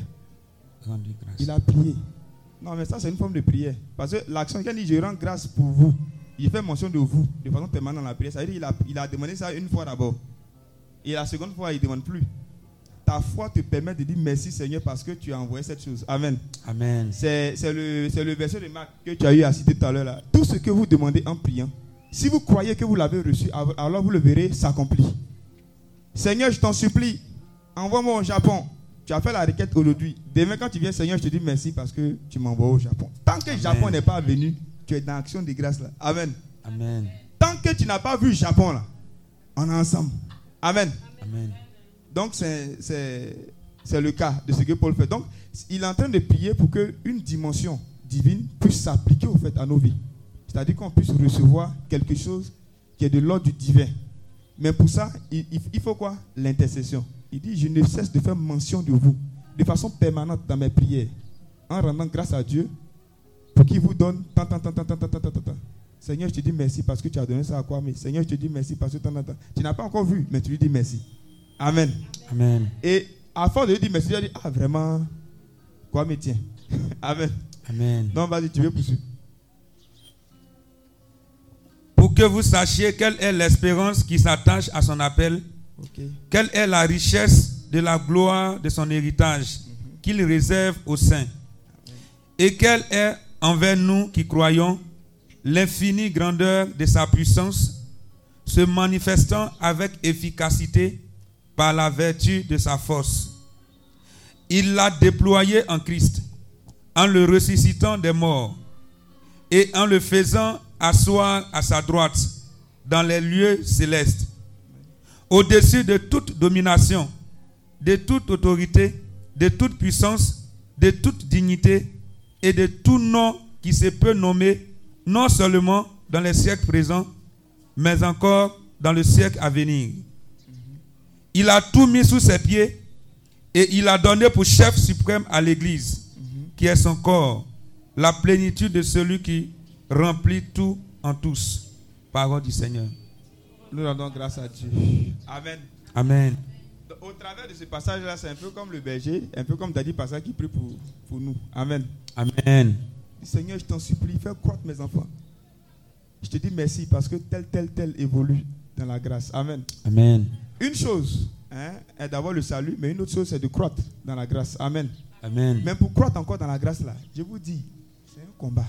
Il a prié. Non, mais ça, c'est une forme de prière. Parce que l'action, quand il dit je rends grâce pour vous, il fait mention de vous de façon permanente dans la prière. Ça veut dire qu'il a demandé ça une fois d'abord. Et la seconde fois, il ne demande plus. Ta foi te permet de dire merci Seigneur parce que tu as envoyé cette chose. Amen. Amen. C'est le verset de Marc que tu as eu à citer tout à l'heure là. Tout ce que vous demandez en priant, si vous croyez que vous l'avez reçu, alors vous le verrez s'accomplir. Seigneur, je t'en supplie, envoie-moi au Japon. Tu as fait la requête aujourd'hui. Demain quand tu viens, Seigneur, je te dis merci parce que tu m'envoies au Japon. Tant que le Japon n'est pas venu, tu es dans l'action de grâce là. Amen. Amen. Tant que tu n'as pas vu le Japon là, on est ensemble. Amen. Amen. Donc c'est le cas de ce que Paul fait. Donc il est en train de prier pour qu'une dimension divine puisse s'appliquer au fait à nos vies. C'est-à-dire qu'on puisse recevoir quelque chose qui est de l'ordre du divin. Mais pour ça, il faut quoi? L'intercession. Il dit, je ne cesse de faire mention de vous de façon permanente dans mes prières, en rendant grâce à Dieu pour qu'il vous donne tant. Seigneur, je te dis merci parce que tu as donné ça à quoi? Mais Seigneur, je te dis merci parce que tant. Tu n'as pas encore vu, mais tu lui dis merci. Amen. Amen. Et à force de lui dire merci, tu as dit, ah vraiment, quoi me tient? Amen. Amen. Donc vas-y, tu veux poursuivre. Pour que vous sachiez quelle est l'espérance qui s'attache à son appel, quelle est la richesse de la gloire de son héritage qu'il réserve aux saints, et quelle est envers nous qui croyons l'infinie grandeur de sa puissance, se manifestant avec efficacité par la vertu de sa force. Il l'a déployé en Christ, en le ressuscitant des morts et en le faisant asseoir à sa droite dans les lieux célestes, au-dessus de toute domination, de toute autorité, de toute puissance, de toute dignité et de tout nom qui se peut nommer, non seulement dans les siècles présents, mais encore dans le siècle à venir. Il a tout mis sous ses pieds et il a donné pour chef suprême à l'Église, qui est son corps, la plénitude de celui qui remplit tout en tous. Parole du Seigneur. Nous rendons grâce à Dieu. Amen. Amen. Au travers de ce passage-là, c'est un peu comme le berger, un peu comme Daddy Passa qui prie pour nous. Amen. Amen. Seigneur, je t'en supplie, fais croître mes enfants. Je te dis merci parce que tel évolue dans la grâce. Amen. Amen. Une chose est d'avoir le salut, mais une autre chose, c'est de croître dans la grâce. Amen. Amen. Mais pour croître encore dans la grâce, là, je vous dis, c'est un combat.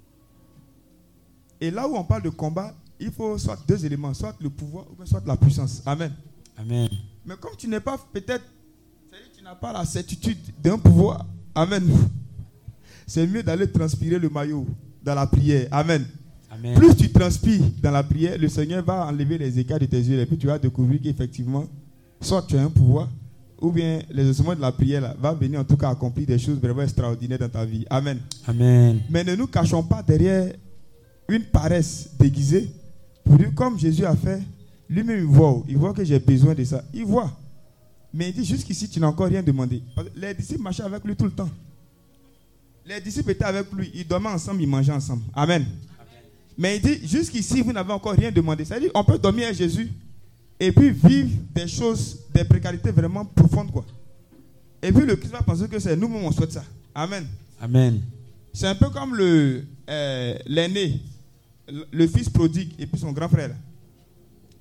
Et là où on parle de combat, il faut soit deux éléments, soit le pouvoir ou soit la puissance. Amen. Amen. Mais comme tu n'es pas, peut-être, tu n'as pas la certitude d'un pouvoir, amen, c'est mieux d'aller transpirer le maillot dans la prière. Amen. Amen. Plus tu transpires dans la prière, le Seigneur va enlever les écarts de tes yeux et puis tu vas découvrir qu'effectivement, soit tu as un pouvoir, ou bien les instruments de la prière là, va venir en tout cas accomplir des choses vraiment extraordinaires dans ta vie. Amen. Amen. Mais ne nous cachons pas derrière une paresse déguisée pour dire comme Jésus a fait. Lui-même il voit que j'ai besoin de ça. Il voit. Mais il dit jusqu'ici tu n'as encore rien demandé. Les disciples marchaient avec lui tout le temps. Les disciples étaient avec lui. Ils dormaient ensemble, ils mangeaient ensemble. Amen. Mais il dit jusqu'ici vous n'avez encore rien demandé. C'est-à-dire on peut dormir avec Jésus et puis vivre des choses, des précarités vraiment profondes quoi. Et puis le Christ va penser que c'est nous-mêmes on souhaite ça. Amen. Amen. C'est un peu comme l'aîné, le fils prodigue et puis son grand frère.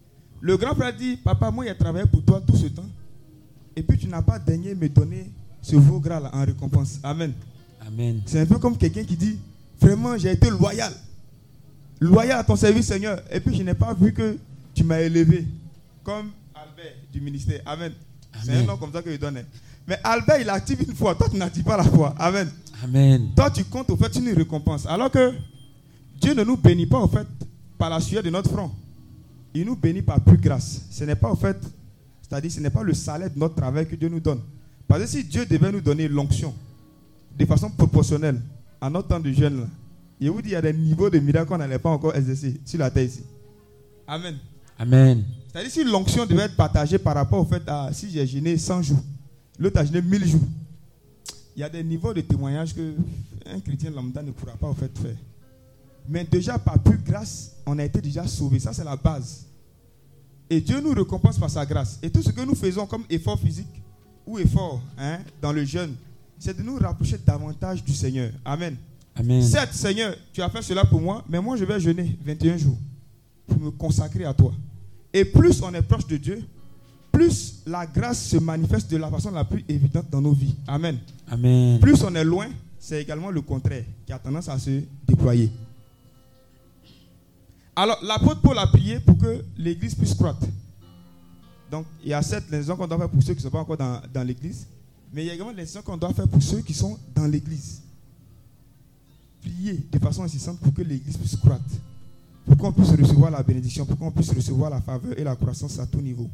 Le grand frère dit, papa, moi j'ai travaillé pour toi tout ce temps. Et puis tu n'as pas daigné me donner ce veau gras là en récompense. Amen. Amen. C'est un peu comme quelqu'un qui dit, vraiment j'ai été loyal. Loyal à ton service, Seigneur. Et puis je n'ai pas vu que tu m'as élevé. Comme Albert du ministère. Amen. C'est un nom comme ça que je donne. Mais Albert, il active une fois. Toi, tu n'actives pas la foi. Amen. Amen. Toi, tu comptes au fait une récompense. Alors que Dieu ne nous bénit pas au fait par la sueur de notre front. Il nous bénit par plus grâce. Ce n'est pas au fait, c'est-à-dire ce n'est pas le salaire de notre travail que Dieu nous donne. Parce que si Dieu devait nous donner l'onction de façon proportionnelle à notre temps de jeûne, là, je vous dis, il y a des niveaux de miracles qu'on n'allait pas encore exercer sur la terre ici. Amen. Amen. C'est-à-dire si l'onction devait être partagée par rapport au fait à si j'ai jeûné 100 jours, l'autre a jeûné 1000 jours, il y a des niveaux de témoignage qu'un chrétien lambda ne pourra pas au fait faire. Mais déjà par plus grâce, on a été déjà sauvés. Ça c'est la base. Et Dieu nous récompense par sa grâce. Et tout ce que nous faisons comme effort physique ou effort dans le jeûne, c'est de nous rapprocher davantage du Seigneur. Amen. Amen. Certes, Seigneur, tu as fait cela pour moi, mais moi je vais jeûner 21 jours pour me consacrer à toi. Et plus on est proche de Dieu, plus la grâce se manifeste de la façon la plus évidente dans nos vies. Amen. Amen. Plus on est loin, c'est également le contraire qui a tendance à se déployer. Alors, l'apôtre Paul a prié pour que l'église puisse croître. Donc, il y a cette leçon qu'on doit faire pour ceux qui ne sont pas encore dans l'église, mais il y a également les leçons qu'on doit faire pour ceux qui sont dans l'église. Prier de façon incessante pour que l'église puisse croître, pour qu'on puisse recevoir la bénédiction, pour qu'on puisse recevoir la faveur et la croissance à tout niveau.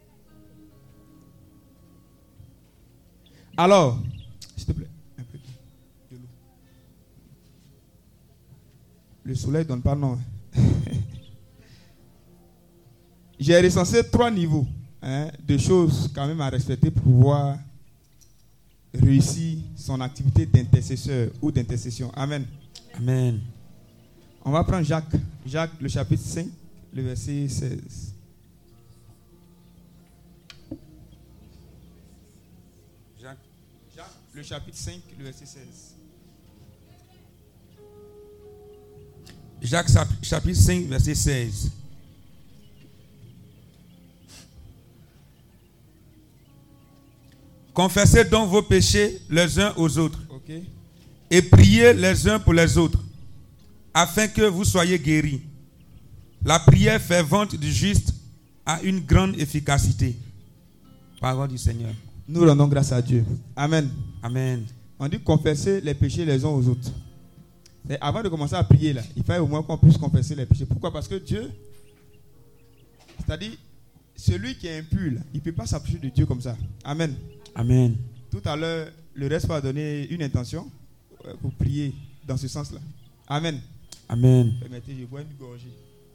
Alors, s'il te plaît, un peu de l'eau. Le soleil ne donne pas non. J'ai recensé 3 niveaux de choses quand même à respecter pour pouvoir réussir son activité d'intercesseur ou d'intercession. Amen. Amen. On va prendre Jacques. Jacques, le chapitre 5, le verset 16. Jacques, le chapitre 5, le verset 16. Jacques chapitre 5, verset 16. Confessez donc vos péchés les uns aux autres. Okay. Et priez les uns pour les autres, afin que vous soyez guéris. La prière fervente du juste a une grande efficacité. Parole du Seigneur. Nous rendons grâce à Dieu. Amen. Amen. On dit confesser les péchés les uns aux autres. Et avant de commencer à prier, là, il fallait au moins qu'on puisse confesser les péchés. Pourquoi? Parce que Dieu, c'est-à-dire, celui qui est impur, là, il ne peut pas s'approcher de Dieu comme ça. Amen. Amen. Tout à l'heure, le reste va donner une intention pour prier dans ce sens-là. Amen. Amen. Permettez, je bois une gorgée.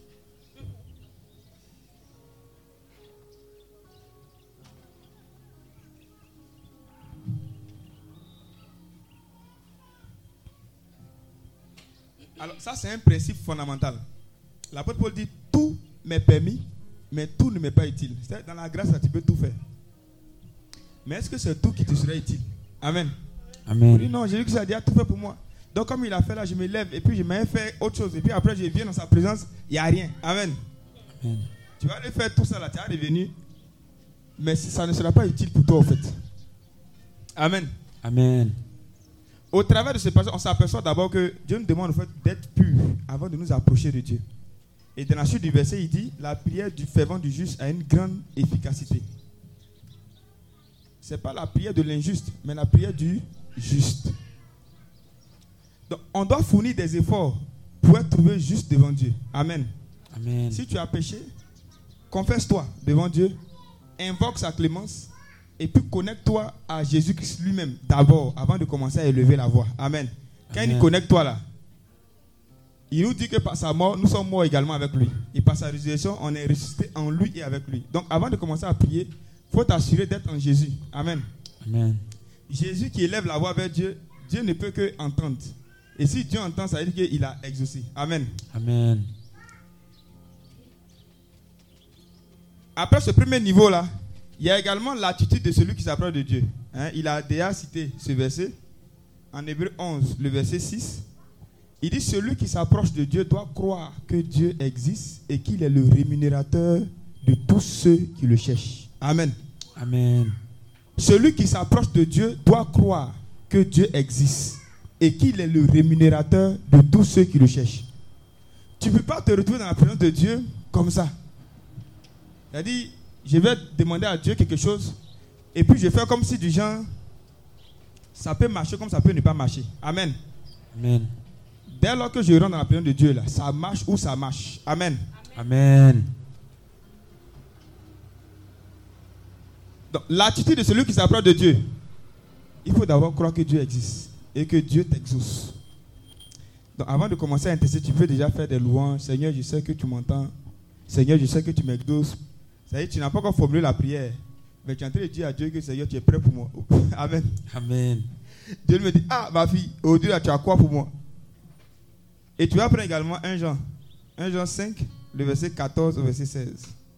Alors, ça, c'est un principe fondamental. L'apôtre Paul dit, tout m'est permis, mais tout ne m'est pas utile. C'est-à-dire, dans la grâce, là, tu peux tout faire. Mais est-ce que c'est tout qui te serait utile? Amen. Amen. Il dit, non, Jésus-Christ a déjà tout fait pour moi. Donc, comme il a fait là, je me lève et puis je m'ai fait autre chose. Et puis après, je viens dans sa présence, il n'y a rien. Amen. Amen. Tu vas aller faire tout ça là, tu vas revenir. Mais ça ne sera pas utile pour toi, en fait. Amen. Amen. Au travers de ce passage, on s'aperçoit d'abord que Dieu nous demande en fait d'être pur avant de nous approcher de Dieu. Et dans la suite du verset, il dit, la prière du fervent du juste a une grande efficacité. Ce n'est pas la prière de l'injuste, mais la prière du juste. Donc, on doit fournir des efforts pour être trouvé juste devant Dieu. Amen. Amen. Si tu as péché, confesse-toi devant Dieu, invoque sa clémence, et puis connecte-toi à Jésus-Christ lui-même d'abord, avant de commencer à élever la voix. Amen. Quand il dit connecte-toi là, il nous dit que par sa mort, nous sommes morts également avec lui. Et par sa résurrection, on est ressuscité en lui et avec lui. Donc avant de commencer à prier, il faut t'assurer d'être en Jésus. Amen. Amen. Jésus qui élève la voix vers Dieu, Dieu ne peut que entendre. Et si Dieu entend, ça veut dire qu'il a exaucé. Amen. Amen. Après ce premier niveau-là, il y a également l'attitude de celui qui s'approche de Dieu. Il a déjà cité ce verset. En Hébreux 11, le verset 6. Il dit, celui qui s'approche de Dieu doit croire que Dieu existe et qu'il est le rémunérateur de tous ceux qui le cherchent. Amen. Amen. Celui qui s'approche de Dieu doit croire que Dieu existe et qu'il est le rémunérateur de tous ceux qui le cherchent. Tu ne peux pas te retrouver dans la présence de Dieu comme ça. C'est-à-dire, je vais demander à Dieu quelque chose et puis je vais faire comme si du genre, ça peut marcher comme ça peut ne pas marcher. Amen. Amen. Dès lors que je rentre dans la présence de Dieu, là, ça marche ou ça marche. Amen. Amen. Donc, l'attitude de celui qui s'approche de Dieu, il faut d'abord croire que Dieu existe et que Dieu t'exauce. Donc, avant de commencer à intercéder, tu peux déjà faire des louanges. Seigneur, je sais que tu m'entends. Seigneur, je sais que tu m'exauces. Ça y est, tu n'as pas encore formulé la prière. Mais tu es en train de dire à Dieu que Seigneur, tu es prêt pour moi. Amen. Amen. Dieu me dit, ah, ma fille, aujourd'hui, tu as quoi pour moi? Et tu vas prendre également 1 Jean 5, le verset 14 au verset 16.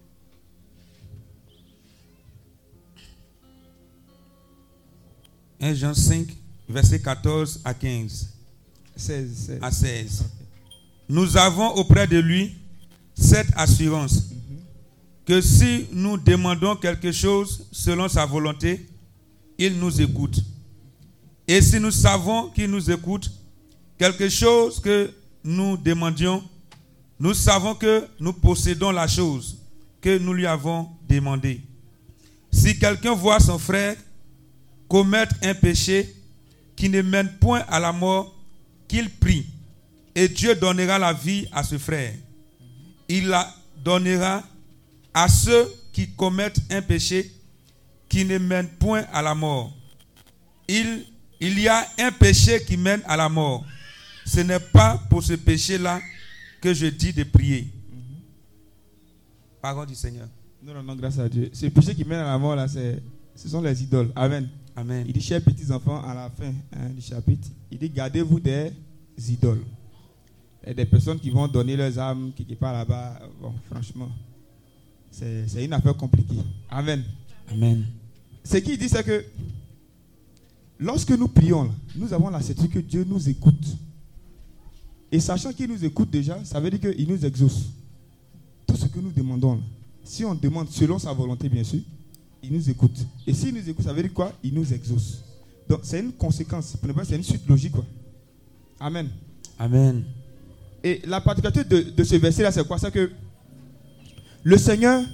1 Jean 5, verset 14 à 15. 16. À 16. Nous avons auprès de lui cette assurance que si nous demandons quelque chose selon sa volonté, il nous écoute. Et si nous savons qu'il nous écoute, quelque chose que nous demandions, nous savons que nous possédons la chose que nous lui avons demandée. Si quelqu'un voit son frère commettre un péché qui ne mène point à la mort, qu'il prie, et Dieu donnera la vie à ce frère. Il la donnera à ceux qui commettent un péché qui ne mène point à la mort. Il y a un péché qui mène à la mort. Ce n'est pas pour ce péché-là que je dis de prier. Parole du Seigneur. Nous rendons grâce à Dieu. Ce péché qui mène à la mort, là, ce sont les idoles. Amen. Amen. Il dit, chers petits enfants, à la fin du chapitre, il dit, gardez-vous des idoles. Et des personnes qui vont donner leurs âmes quelque part là-bas, bon, franchement, c'est une affaire compliquée. Amen. Amen. Ce qu'il dit, c'est que lorsque nous prions, là, nous avons la certitude que Dieu nous écoute. Et sachant qu'il nous écoute déjà, ça veut dire qu'il nous exauce. Tout ce que nous demandons, là, si on demande selon sa volonté, bien sûr, il nous écoute. Et s'il nous écoute, ça veut dire quoi? Il nous exauce. Donc c'est une conséquence, c'est une suite logique, quoi. Amen. Amen. Et la particularité de ce verset-là, c'est quoi? C'est que le Seigneur,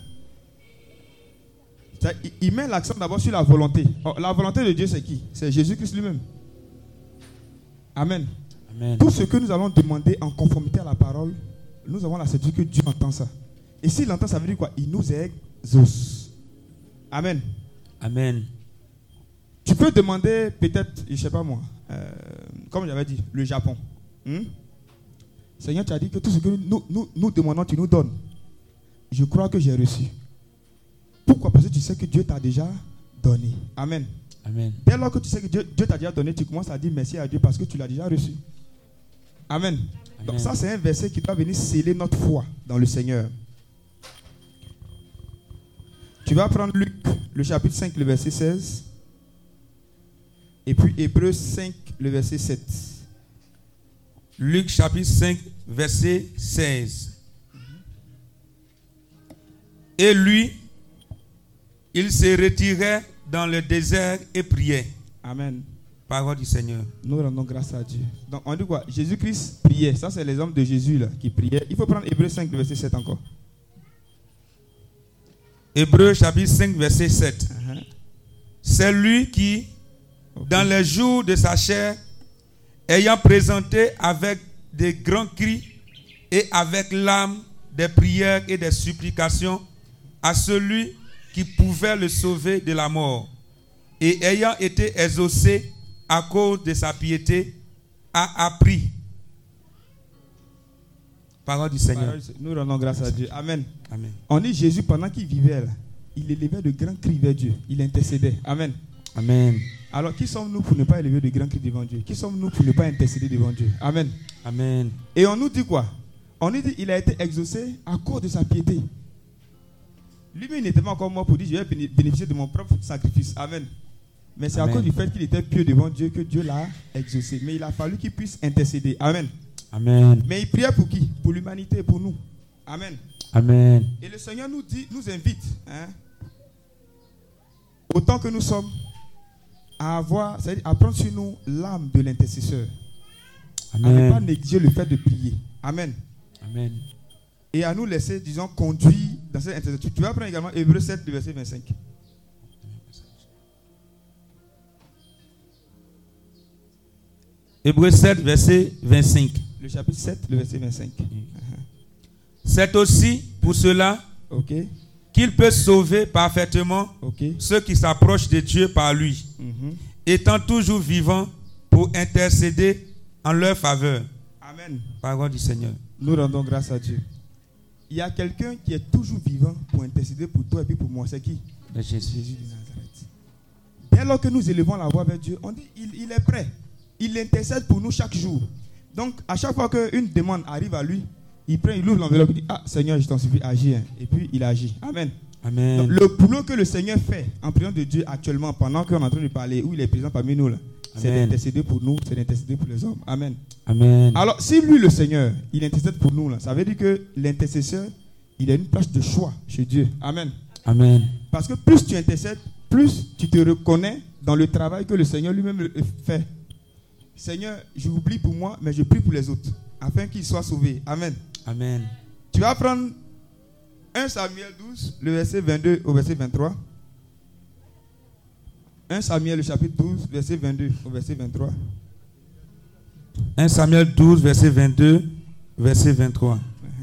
il met l'accent d'abord sur la volonté. Or, la volonté de Dieu, c'est qui? C'est Jésus-Christ lui-même. Amen. Amen. Tout ce que nous allons demander en conformité à la parole, nous avons la certitude que Dieu entend ça. Et s'il entend, ça veut dire quoi? Il nous exauce. Amen. Amen. Tu peux demander peut-être, je ne sais pas moi, comme j'avais dit, le Japon. Seigneur, tu as dit que tout ce que nous demandons, tu nous donnes. Je crois que j'ai reçu. Pourquoi? Parce que tu sais que Dieu t'a déjà donné. Amen. Amen. Dès lors que tu sais que Dieu t'a déjà donné, tu commences à dire merci à Dieu parce que tu l'as déjà reçu. Amen. Amen. Donc ça, c'est un verset qui doit venir sceller notre foi dans le Seigneur. Tu vas prendre Luc, le chapitre 5, le verset 16. Et puis Hébreux 5, le verset 7. Luc chapitre 5, verset 16. Et lui, il se retirait dans le désert et priait. Amen. Parole du Seigneur. Nous rendons grâce à Dieu. Donc on dit quoi? Jésus-Christ priait. Ça, c'est les hommes de Jésus là, qui priaient. Il faut prendre Hébreux 5, le verset 7 encore. Hébreux chapitre 5, verset 7. C'est lui qui, dans les jours de sa chair, ayant présenté avec des grands cris et avec l'âme des prières et des supplications à celui qui pouvait le sauver de la mort, et ayant été exaucé à cause de sa piété, a appris. Parole du Seigneur. Nous rendons grâce à Dieu. Amen. Amen. On dit Jésus, pendant qu'il vivait là, il élevait de grands cris vers Dieu. Il intercédait. Amen. Amen. Alors, qui sommes-nous pour ne pas élever de grands cris devant Dieu? Qui sommes-nous pour ne pas intercéder devant Dieu? Amen. Amen. Et on nous dit quoi? On nous dit qu'il a été exaucé à cause de sa piété. Lui-même, il n'était pas encore mort pour dire je vais bénéficier de mon propre sacrifice. Amen. Mais c'est à cause du fait qu'il était pieux devant Dieu que Dieu l'a exaucé. Mais il a fallu qu'il puisse intercéder. Amen. Amen. Mais il priait pour qui? Pour l'humanité, pour nous. Amen. Amen. Et le Seigneur nous dit, nous invite, hein, autant que nous sommes, à avoir, c'est-à-dire à prendre sur nous l'âme de l'intercesseur. À ne pas négliger le fait de prier. Amen. Amen. Et à nous laisser, disons, conduire dans cette intercession. Tu vas prendre également Hébreux 7, le verset 25. Hébreux 7, verset 25. Le chapitre 7, le verset 25. C'est aussi pour cela qu'il peut sauver parfaitement ceux qui s'approchent de Dieu par lui, étant toujours vivant pour intercéder en leur faveur. Amen. Parole du Seigneur. Nous rendons grâce à Dieu. Il y a quelqu'un qui est toujours vivant pour intercéder pour toi et puis pour moi. C'est qui? Jésus de Nazareth. Dès lors que nous élevons la voix vers Dieu, on dit il est prêt. Il intercède pour nous chaque jour. Donc, à chaque fois qu'une demande arrive à lui, il prend, il ouvre l'enveloppe, il dit, ah Seigneur, je t'en supplie, agis. Et puis, il agit. Amen. Amen. Donc, le boulot que le Seigneur fait en priant de Dieu actuellement, pendant qu'on est en train de parler, où il est présent parmi nous, c'est d'intercéder pour nous, c'est d'intercéder pour les hommes. Amen. Amen. Alors, si lui, le Seigneur, il intercède pour nous, ça veut dire que l'intercesseur, il a une place de choix chez Dieu. Amen. Amen. Parce que plus tu intercèdes, plus tu te reconnais dans le travail que le Seigneur lui-même fait. Seigneur, je vous prie pour moi, mais je prie pour les autres, afin qu'ils soient sauvés. Amen. Amen. Tu vas prendre 1 Samuel 12, le verset 22 au verset 23. 1 Samuel, le chapitre 12, verset 22 au verset 23. 1 Samuel 12, verset 22, verset 23.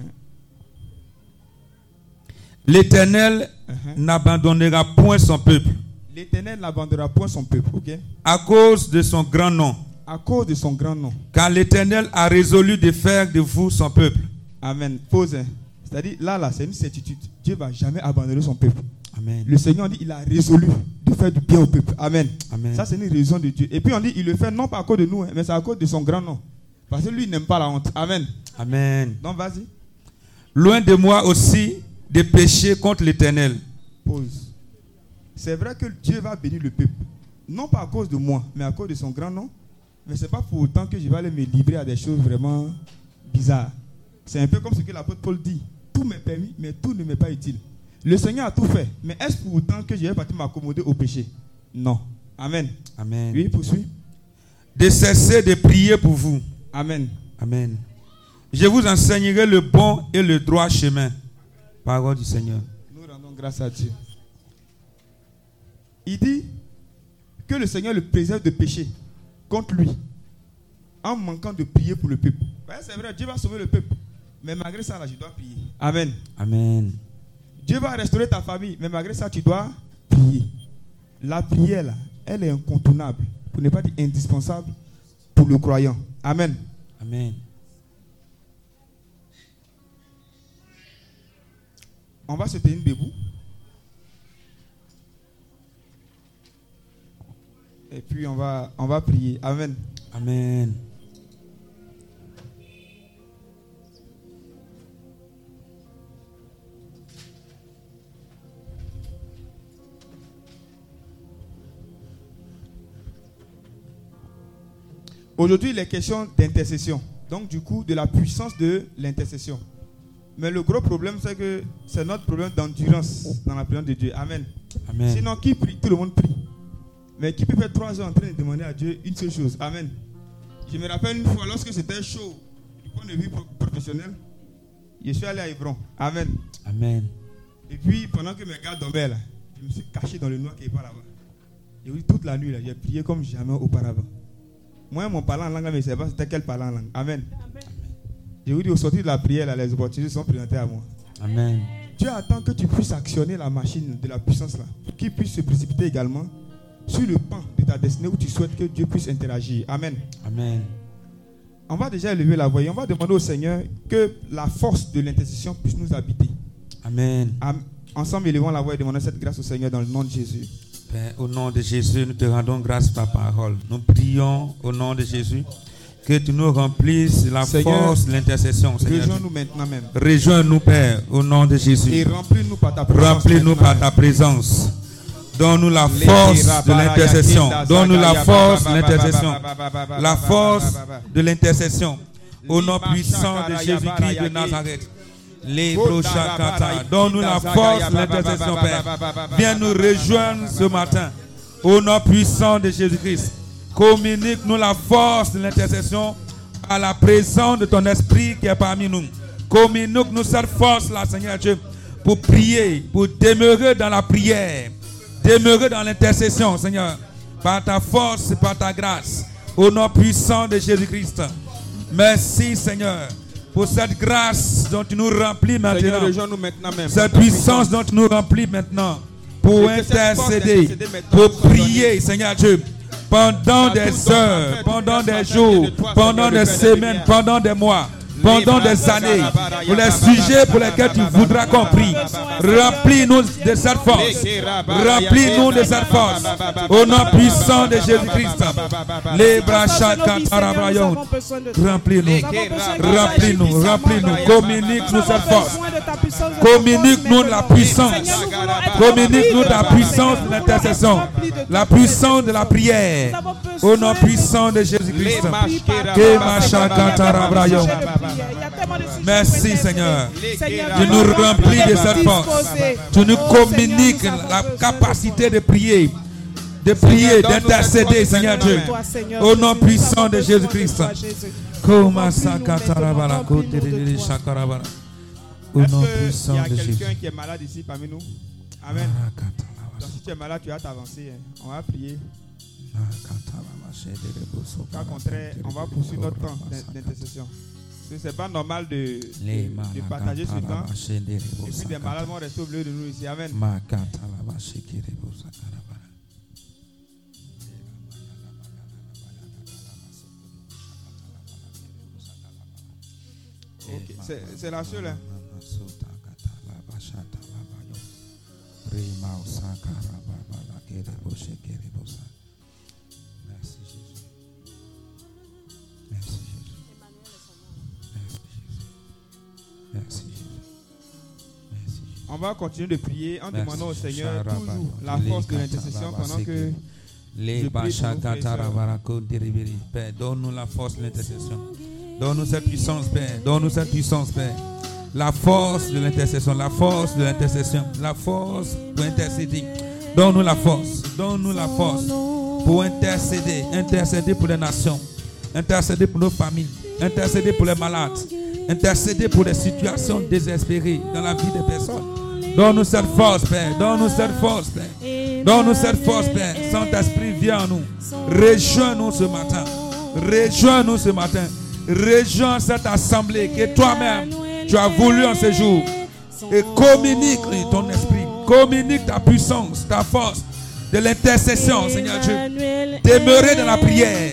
L'Éternel n'abandonnera point son peuple. L'Éternel n'abandonnera point son peuple, à cause de son grand nom. À cause de son grand nom. Car l'Éternel a résolu de faire de vous son peuple. Amen. Pause. C'est-à-dire, là, c'est une certitude. Dieu ne va jamais abandonner son peuple. Amen. Le Seigneur dit, il a résolu de faire du bien au peuple. Amen. Amen. Ça, c'est une raison de Dieu. Et puis on dit, il le fait non pas à cause de nous, mais c'est à cause de son grand nom. Parce que lui, il n'aime pas la honte. Amen. Amen. Donc, vas-y. Loin de moi aussi de pécher contre l'Éternel. Pause. C'est vrai que Dieu va bénir le peuple. Non pas à cause de moi, mais à cause de son grand nom. Mais ce n'est pas pour autant que je vais aller me livrer à des choses vraiment bizarres. C'est un peu comme ce que l'apôtre Paul dit. Tout m'est permis, mais tout ne m'est pas utile. Le Seigneur a tout fait. Mais est-ce pour autant que je vais partir m'accommoder au péché? Non. Amen. Amen. Oui, poursuis. De cesser de prier pour vous. Amen. Amen. Je vous enseignerai le bon et le droit chemin. Parole du Seigneur. Nous rendons grâce à Dieu. Il dit que le Seigneur le préserve de péché contre lui, en manquant de prier pour le peuple. Ouais, c'est vrai, Dieu va sauver le peuple. Mais malgré ça, là, je dois prier. Amen. Amen. Dieu va restaurer ta famille, mais malgré ça, tu dois prier. La prière, là, elle est incontournable, pour ne pas dire indispensable, pour le croyant. Amen. Amen. On va se tenir debout. Et puis on va prier. Amen. Amen. Aujourd'hui, il est question d'intercession. Donc du coup, de la puissance de l'intercession. Mais le gros problème, c'est que c'est notre problème d'endurance dans la prière de Dieu. Amen. Amen. Sinon, qui prie? Tout le monde prie. Mais qui peut faire 3 heures en train de demander à Dieu une seule chose? Amen. Je me rappelle une fois, lorsque c'était chaud, du point de vue professionnel, je suis allé à Hébron. Amen. Amen. Et puis, pendant que mes gars dormaient là, je me suis caché dans le noir qui est pas là-bas. Et oui, toute la nuit, là, j'ai prié comme jamais auparavant. Moi, mon parlant en langue, mais je ne sais pas c'était quel parlant en langue. Amen. Je vous dis, au sortir de la prière, là, les opportunités sont présentées à moi. Amen. Dieu attend que tu puisses actionner la machine de la puissance là, pour qu'il puisse se précipiter également sur le pan de ta destinée où tu souhaites que Dieu puisse interagir. Amen. Amen. On va déjà élever la voix et on va demander au Seigneur que la force de l'intercession puisse nous habiter. Amen. Ensemble, élevons la voix et demandons cette grâce au Seigneur dans le nom de Jésus. Père, au nom de Jésus, nous te rendons grâce par parole. Nous prions au nom de Jésus que tu nous remplisses la force de l'intercession. Rejoins-nous maintenant même. Rejoins-nous, Père, au nom de Jésus. Et remplis-nous par ta présence. Remplis-nous par ta présence. Donne-nous la force de l'intercession. Donne-nous la force de l'intercession. La force de l'intercession. Au nom puissant de Jésus-Christ de Nazareth. Les brochakata. Donne-nous la force de l'intercession, Père. Viens nous rejoindre ce matin. Au nom puissant de Jésus-Christ. Communique-nous la force de l'intercession à la présence de ton esprit qui est parmi nous. Communique-nous cette force-là, Seigneur Dieu, pour prier, pour demeurer dans la prière, demeurer dans l'intercession, Seigneur, par ta force et par ta grâce, au nom puissant de Jésus-Christ. Merci, Seigneur, pour cette grâce dont tu nous remplis maintenant, Seigneur, rejoins-nous maintenant même. cette puissance dont tu nous remplis maintenant, pour intercéder, pour prier, Seigneur Dieu, pendant des heures, pendant des jours, pendant des semaines, pendant des mois, pendant des années, pour les sujets pour lesquels tu voudras qu'on prie. Remplis-nous de cette force. Remplis-nous de cette force. Au nom puissant de Jésus-Christ. Les bras chakatarabrayon. Remplis-nous. Remplis-nous. Remplis-nous. Communique-nous cette force. Communique-nous la puissance. Communique-nous la puissance de l'intercession. La puissance de la prière. Au nom puissant de Jésus-Christ. Merci Seigneur. Tu nous remplis de cette force. Tu nous communiques la capacité de prier, d'intercéder, Seigneur Dieu. Au nom puissant de Jésus-Christ. Au nom puissant de Jésus. Quelqu'un qui est malade ici parmi nous? Amen. Donc, si tu es malade, tu vas t'avancer. On va prier. Au contraire, on va poursuivre notre temps d'intercession. Ce n'est pas normal de partager ce temps. Et puis des malades vont rester au milieu de nous ici. Amen. Okay. C'est la seule. Hein? On va continuer de prier en demandant au Seigneur toujours la force de l'intercession pendant que je prie. Père, donne-nous la force de l'intercession. Donne-nous cette puissance, Père. Donne-nous cette puissance, Père. La force de l'intercession, la force de l'intercession, la force pour intercéder. Donne-nous la force. Donne-nous la force pour intercéder. Intercéder pour les nations. Intercéder pour nos familles. Intercéder pour les malades. Intercéder pour les situations désespérées dans la vie des personnes. Donne-nous cette force, Père. Donne-nous cette force, Père. Donne-nous cette force, Père. Saint-Esprit, viens en nous. Rejoins-nous ce matin. Rejoins-nous ce matin. Rejoins cette assemblée que toi-même, tu as voulu en ce jour. Et communique ton esprit. Communique ta puissance, ta force de l'intercession, Seigneur Dieu. Demeurer dans la prière.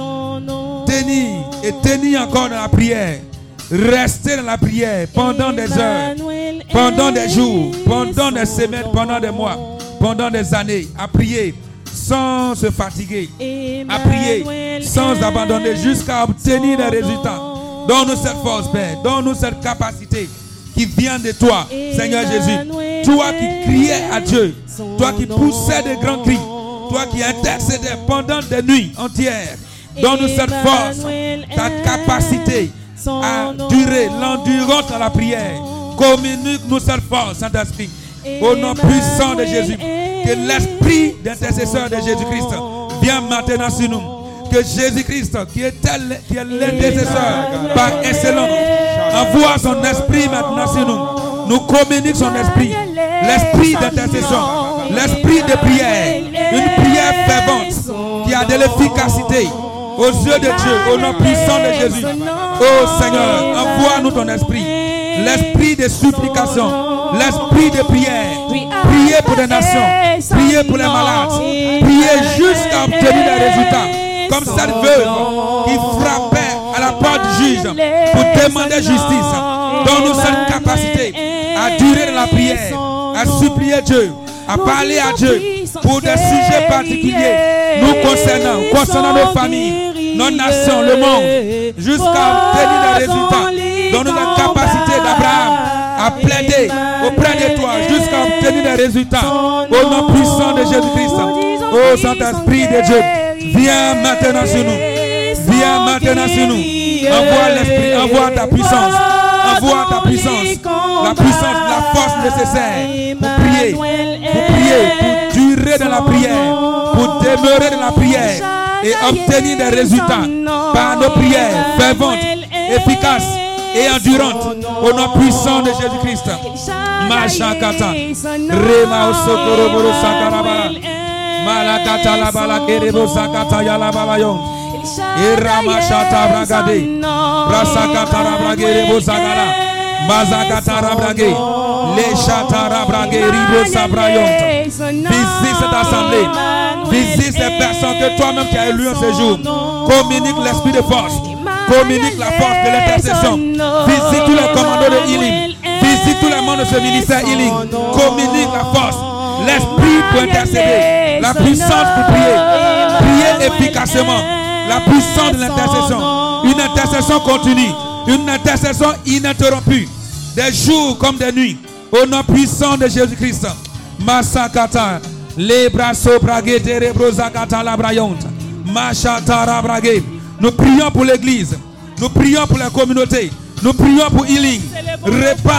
Tenir et tenir encore dans la prière. Rester dans la prière pendant des heures, pendant des jours, pendant des semaines, pendant des mois, pendant des années, à prier sans se fatiguer, à prier sans abandonner jusqu'à obtenir des résultats. Donne-nous cette force, Père, donne-nous cette capacité qui vient de toi, Seigneur Jésus. Toi qui criais à Dieu, toi qui poussais des grands cris, toi qui intercédais pendant des nuits entières. Donne-nous cette force, ta capacité à durer, l'endurance dans la prière. Communique-nous cette force, Saint-Esprit, au nom puissant de Jésus. Que l'esprit d'intercesseur de Jésus-Christ vienne maintenant sur nous. Que Jésus-Christ, qui est l'intercesseur par excellence, envoie son esprit maintenant sur nous. Nous communique son esprit. L'esprit d'intercession, l'esprit de prière, une prière fervente qui a de l'efficacité aux yeux de Dieu, au nom puissant de Jésus. Oh Seigneur, envoie-nous ton esprit. L'esprit de supplication, l'esprit de prière. Prier pour les nations, prier pour les malades, prier jusqu'à obtenir des résultats. Comme cette veuve qui frappait à la porte du juge pour demander justice. Donne-nous cette capacité à durer dans la prière, à supplier Dieu, à parler à Dieu pour des sujets particuliers nous concernant nos familles, nos nations, le monde, jusqu'à obtenir des résultats. Donne-nous la capacité d'Abraham à plaider auprès de toi jusqu'à obtenir des résultats. Au nom puissant de Jésus-Christ. Ô Saint-Esprit de Dieu, viens maintenant sur nous. Viens maintenant sur nous. Envoie l'Esprit, envoie ta puissance. Envoie ta puissance, la puissance, la force nécessaire pour prier, pour durer dans la prière, pour demeurer dans la prière et obtenir des résultats par nos prières ferventes, efficaces et endurantes au nom puissant de Jésus-Christ. Mashakata, Rema Osokoro Boro Sakarabara, Malakata la Balakerebo Sakata Yalabayon, Iramashata Bragade, Rasakata Rabragerebo Sagara, Mazakata Rabrage, Leshata Rabrage, Ribo Sabrayont. Visite cette assemblée, visite ces personnes que toi-même tu as élues en ce jour. Communique l'esprit de force, communique la force de l'intercession. Visite tous les commandos de healing, visite tous les membres de ce ministère healing. Communique la force, l'esprit pour intercéder, la puissance pour prier, prier efficacement, la puissance de l'intercession, une intercession continue, une intercession ininterrompue, des jours comme des nuits, au nom puissant de Jésus-Christ. Masakata, les bras sobragés, les brosakata la braillante, Machata rabragé. Nous prions pour l'église, nous prions pour la communauté, nous prions pour healing. Répand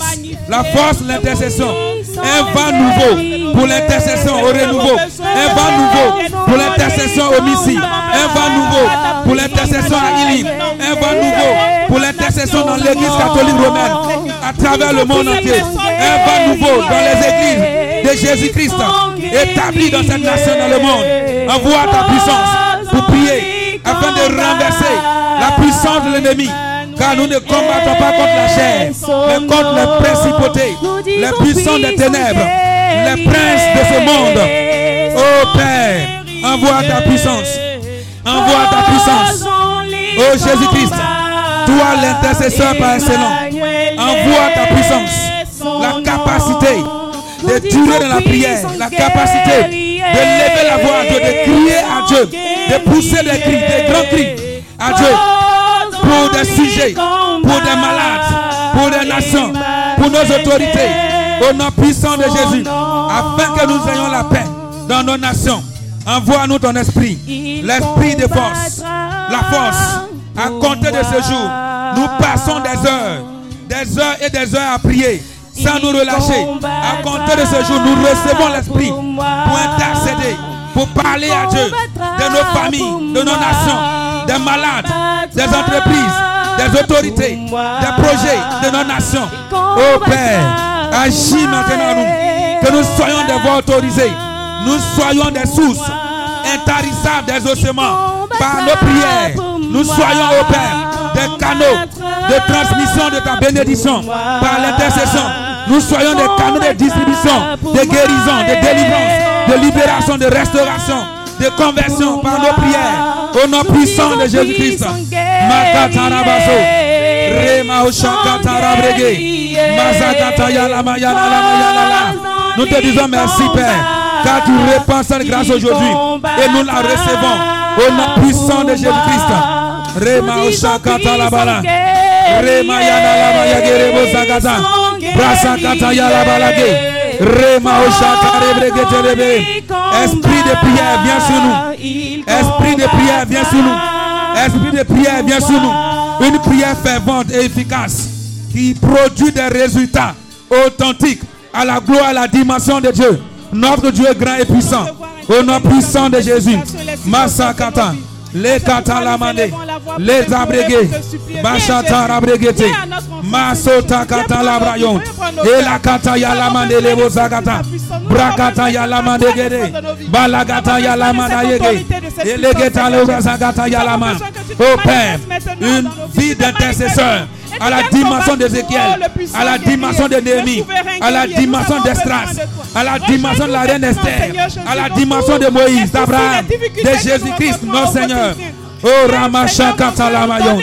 la force de l'intercession. Un vent nouveau pour l'intercession au renouveau. Un vent nouveau pour l'intercession au missile. Un vent nouveau pour l'intercession à healing. Un vent nouveau pour l'intercession dans l'église catholique romaine à travers le monde entier. Un vent nouveau dans les églises de Jésus-Christ établies dans cette nation, dans le monde. Envoie ta puissance pour prier afin de renverser la puissance de l'ennemi. Car nous ne combattons pas contre la chair, mais contre les principautés, les puissants des ténèbres, les princes de ce monde. Oh Père, envoie ta puissance. Envoie ta puissance. Oh Jésus-Christ, toi l'intercesseur par excellence, envoie ta puissance, la capacité de durer dans la prière, la capacité de lever la voix à Dieu, de crier à Dieu, de pousser des cris, des grands cris à Dieu. Pour des sujets, pour des malades, pour des nations, pour nos autorités, au nom puissant de Jésus, afin que nous ayons la paix dans nos nations. Envoie-nous ton esprit, l'esprit de force, la force. À compter de ce jour, nous passons des heures et des heures à prier, sans nous relâcher. À compter de ce jour, nous recevons l'esprit pour intercéder, pour parler à Dieu de nos familles, de nos nations, des malades, des entreprises, des autorités, des projets de nos nations. Oh Père, agis maintenant nous, que nous soyons des voies autorisées, nous soyons des sources intarissables des ossements par nos prières. Nous soyons, oh Père, des canaux de transmission de ta bénédiction par l'intercession. Nous soyons des canaux de distribution, de guérison, de délivrance, de libération, de restauration, de conversion par nos prières. Au nom puissant de Jésus-Christ. Makatarabaso. Rema Oshakatarabrege. Mazakata Yalama Yalama. Nous te disons merci, Père, car tu répands cette grâce aujourd'hui et nous la recevons. Au nom puissant de Jésus-Christ. Rema Oshakatalabala. Rema Yanalama Yagerebo Zakata. Brasakata Yalabalage. Rema Oshakarebregetelebe. Esprit de prière, viens sur nous. Esprit de prière, viens sur nous. Esprit de prière, viens sur nous. Une prière fervente et efficace qui produit des résultats authentiques à la gloire, à la dimension de Dieu. Notre Dieu est grand et puissant. Au nom puissant de Jésus. Masakata. Les katalamane, les abrégés, Bachata rabregete, Masota katalabrayon, et la kata yalamande les bozagata, Brakata yalamande gede, Balagata yalamanda yege, et les geta lozagata yalaman. Ô Père, une vie d'intercesseur à la dimension d'Ézéchiel, à la dimension de Néhémie, à la dimension d'Estras, à la dimension de la reine Esther, à la dimension de Moïse, d'Abraham, de Jésus-Christ, notre Seigneur. Oh Ramachakata Lamayon,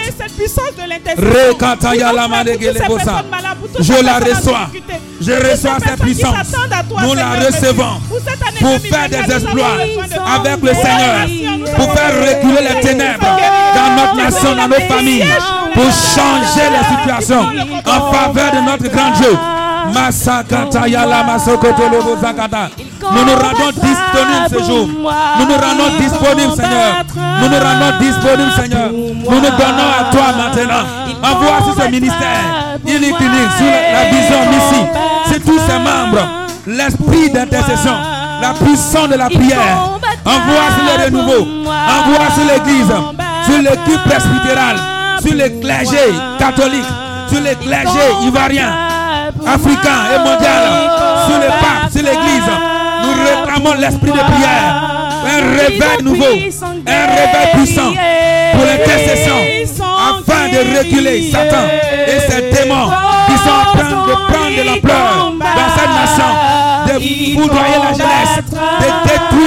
Rekata Yalamadegelevosa. Je la reçois. Je reçois cette puissance. Nous la recevons pour faire des exploits avec le Seigneur, pour faire reculer les ténèbres dans notre nation, dans nos familles, pour changer les situations en faveur de notre grand Dieu. Masakata yala masokotolo bozakata. Nous nous rendons disponibles ce jour. Nous nous rendons disponibles, Seigneur. Nous nous rendons disponibles, Seigneur. Nous nous donnons à toi maintenant. Envoie sur ce ministère, Healing Clinic, sur la vision ici, c'est tous ses membres, l'esprit d'intercession, la puissance de la prière. Envoie sur le renouveau, envoie sur l'église, sur l'équipe presbytérale, sur les clergés catholiques, sur les clergés ivoiriens, africains et mondiaux, sur les papes, sur l'église. Nous réclamons l'esprit de prière, un réveil nouveau, un réveil puissant pour l'intercession, afin de reculer Satan et ses démons qui sont en train de prendre de l'ampleur dans cette nation, de foudroyer la jeunesse, de détruire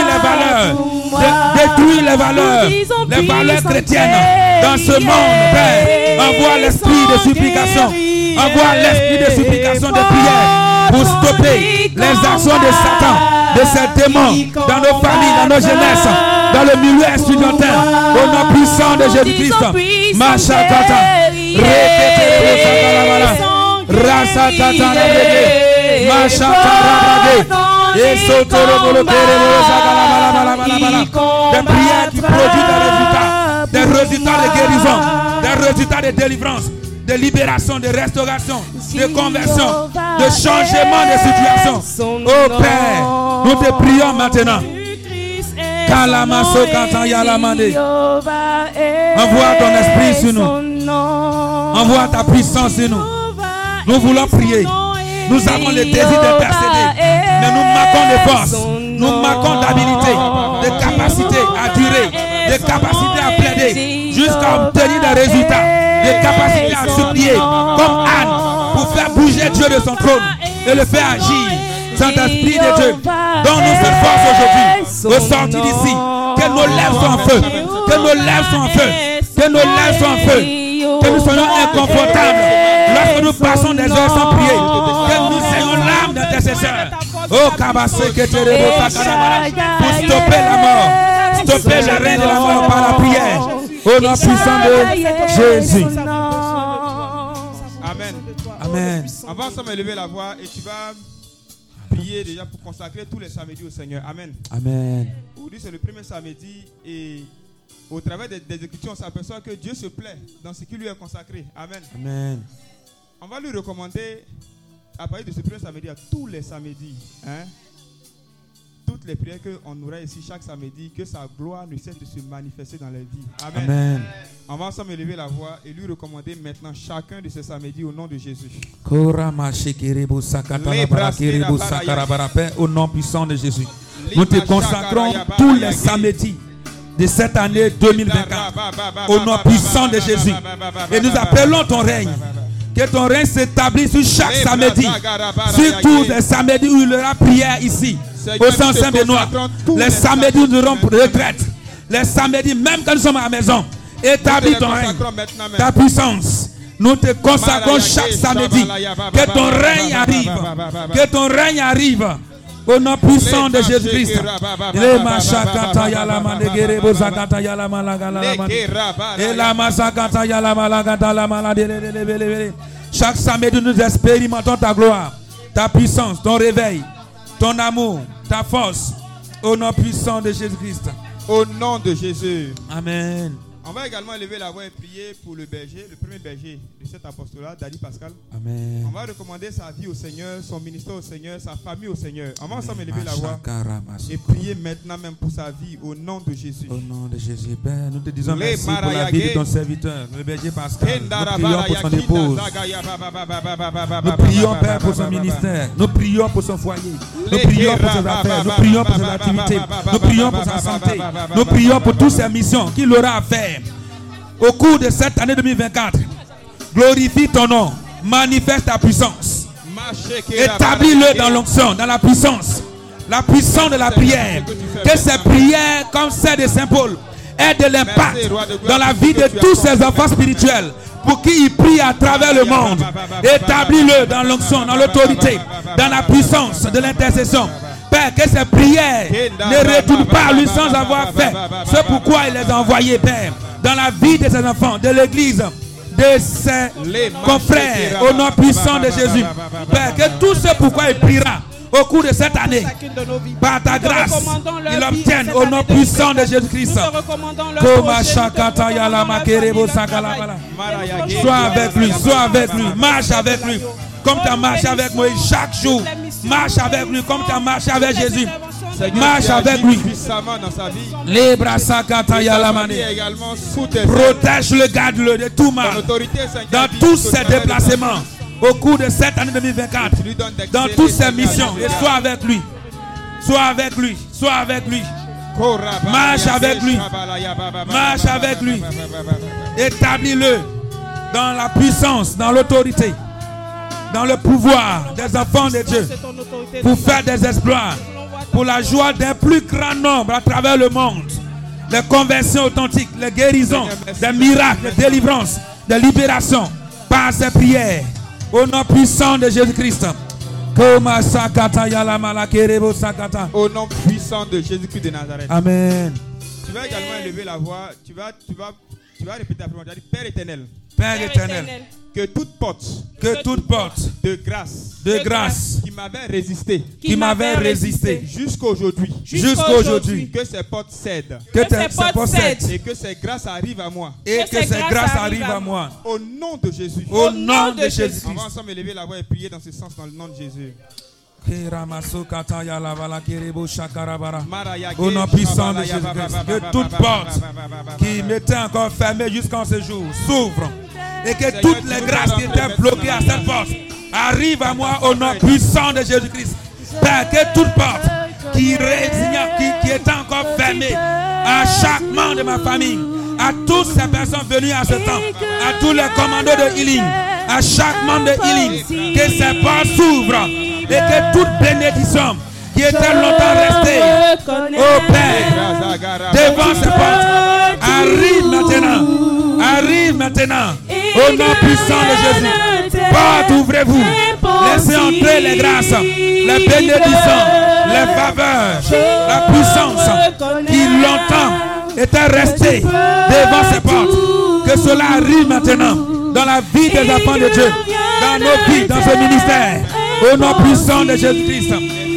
les valeurs chrétiennes dans ce monde. Père, envoie l'esprit de supplication, envoie l'esprit de supplication, de prière pour stopper les actions de Satan, de ces démons dans nos familles, dans nos jeunesses, dans le milieu estudiantin, au nom puissant de Jésus-Christ. Machakata, Rasakata, des prières qui produisent des résultats de guérison, des résultats de délivrance, de libération, de restauration, de conversion, de changement de situation. Oh Père, nous te prions maintenant. Envoie ton esprit sur nous. Envoie ta puissance sur nous. Nous voulons prier. Nous avons le désir d'intercéder, mais nous manquons de force, nous manquons d'habilité, de capacité à durer, de capacité à plaider, jusqu'à obtenir des résultats, de capacité à supplier, comme Anne, pour faire bouger Dieu de son trône et le faire agir. Saint-Esprit de Dieu, donne-nous cette force aujourd'hui, au sortir d'ici, que nos lèvres soient en feu, que nos lèvres soient en feu, que nos lèvres soient en feu, que nous soyons inconfortables lorsque nous passons des heures sans prier, que nous ayons l'âme d'intercesseur. Oh, Kabassé, que tu pour stopper la mort, stopper le règne de la mort par la prière, au nom puissant de Jésus. Amen. Amen. On va ensemble élever la voix et tu vas prier déjà pour consacrer tous les samedis au Seigneur. Amen. Amen. Aujourd'hui, c'est le premier samedi et au travers des Écritures, on s'aperçoit que Dieu se plaît dans ce qui lui est consacré. Amen. Amen. On va lui recommander, à partir de ce premier samedi, à tous les samedis, toutes les prières qu'on aura ici chaque samedi, que sa gloire ne cesse de se manifester dans les vies. Amen. Amen. On va ensemble élever la voix et lui recommander maintenant chacun de ces samedis au nom de Jésus. Au nom puissant de Jésus. Nous te consacrons tous les samedis de cette année 2024 au nom puissant de Jésus. Et nous appelons ton règne. Que ton règne s'établisse sur chaque samedi, sur tous les samedis où il y aura prière ici, au Saint Saint-Benoît. Les samedis où nous aurons retraite. Les samedis, même quand nous sommes à la maison, établis ton règne, ta puissance. Nous te consacrons chaque samedi. Que ton règne arrive. Que ton règne arrive. Au nom puissant de Jésus-Christ. Chaque samedi, nous expérimentons ta gloire, ta puissance, ton réveil, ton amour, ta force. Au nom puissant de Jésus-Christ. Au nom de Jésus. Amen. On va également lever la voix et prier pour le berger, le premier berger de cet apostolat, Dadi Pascal. Amen. On va recommander sa vie au Seigneur, son ministère au Seigneur, sa famille au Seigneur. On va ensemble lever la voix et prier maintenant même pour sa vie au nom de Jésus. Au nom de Jésus, Père, nous te disons merci pour la vie de ton serviteur, le berger Pascal. Nous prions pour son épouse. Nous prions, Père, pour son ministère. Nous prions pour son foyer. Nous prions pour ses affaires. Nous prions pour ses activités. Nous prions pour sa santé. Nous prions pour toutes ses missions qu'il aura à faire au cours de cette année 2024. Glorifie ton nom. Manifeste ta puissance. Établis-le dans l'onction, dans la puissance de la prière. Que ces prières, comme celle de Saint Paul, aient de l'impact dans la vie de tous ces enfants spirituels pour qu'ils prient à travers le monde. Établis-le dans l'onction, dans l'autorité, dans la puissance de l'intercession. Père, que ces prières ne retournent pas à lui sans avoir fait ce pourquoi il les a envoyés, Père, dans la vie de ses enfants, de l'église, de ses confrères au nom puissant de Jésus. Père, que tout ce pourquoi il priera au cours de cette année, par ta grâce, il obtienne au nom puissant de Jésus-Christ. Sois avec lui, marche avec lui, comme tu as marché avec Moïse chaque jour. Marche avec lui comme tu as marché avec Jésus. Marche avec lui. Les bras protège-le, garde-le de tout mal. Dans tous ses déplacements au cours de cette année 2024, dans toutes ses missions, et sois avec lui. Sois avec lui. Sois avec lui. Marche avec lui. Marche avec lui. Établis-le dans la puissance, dans l'autorité, dans le pouvoir des enfants de Dieu, pour faire des exploits, pour la joie d'un plus grand nombre à travers le monde. Les conversions authentiques, les guérisons, des miracles, des délivrances, des libérations par ces prières. Au nom puissant de Jésus-Christ. Au nom puissant de Jésus-Christ de Nazareth. Amen. Tu vas également élever la voix. Tu vas répéter après moi. Tu vas dire Père éternel. Père éternel. Que toute porte de grâce qui m'avait résisté jusqu'à aujourd'hui, que ces portes cèdent, et que ces grâces arrivent à moi, au nom de Jésus. Au nom de Jésus. On va ensemble élever la voix et prier dans ce sens, dans le nom de Jésus. Au nom puissant de Jésus-Christ, que toute porte qui m'était encore fermée jusqu'en ce jour s'ouvre, et que toutes les grâces qui étaient bloquées à cette porte arrivent à moi au nom puissant de Jésus-Christ. Père, que toute porte qui était encore fermée à chaque membre de ma famille, à toutes ces personnes venues à ce temps, à tous les commandos de healing, à chaque membre de healing, que ces portes s'ouvrent et que toute bénédiction qui était longtemps restée au Père devant ces portes arrive maintenant au nom puissant de Jésus. Porte, ouvrez-vous, laissez entrer les grâces, les bénédictions, les faveurs, la puissance qui longtemps était restée devant ces portes. Que cela arrive maintenant dans la vie des enfants de Dieu, dans nos vies, dans ce ministère, au nom puissant de Jésus-Christ.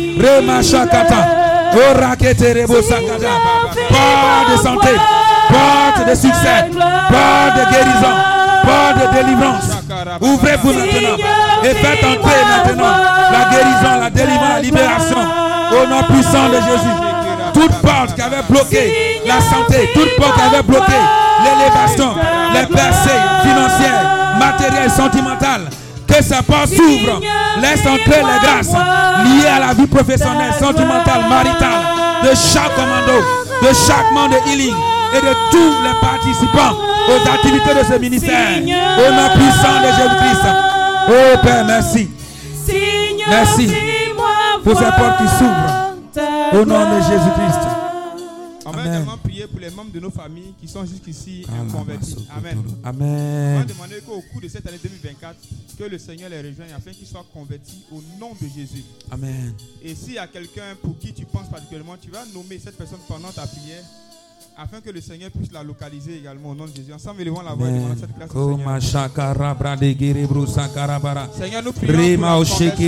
Porte de santé, porte de succès, porte de guérison, porte de délivrance. Ouvrez-vous maintenant et faites entrer maintenant la guérison, la délivrance, la libération au nom puissant de Jésus. Toute porte qui avait bloqué la santé, toute porte qui avait bloqué l'élévation, les percées financières, matérielles, sentimentales, que ces portes s'ouvrent. Laisse entrer les grâces liées à la vie professionnelle, sentimentale, maritale de chaque commando, de chaque membre de healing et de tous les participants aux activités de ce ministère. Au nom puissant de Jésus-Christ. Oh Père, merci. Merci pour ces portes qui s'ouvrent. Au nom de Jésus-Christ. On va également prier pour les membres de nos familles qui sont jusqu'ici convertis. Amen. Amen. On va demander qu'au cours de cette année 2024, que le Seigneur les rejoigne afin qu'ils soient convertis au nom de Jésus. Amen. Et s'il y a quelqu'un pour qui tu penses particulièrement, tu vas nommer cette personne pendant ta prière, afin que le Seigneur puisse la localiser également au nom de Jésus. Ensemble, élevons la voix et demandons cette grâce au Seigneur. Seigneur, nous prions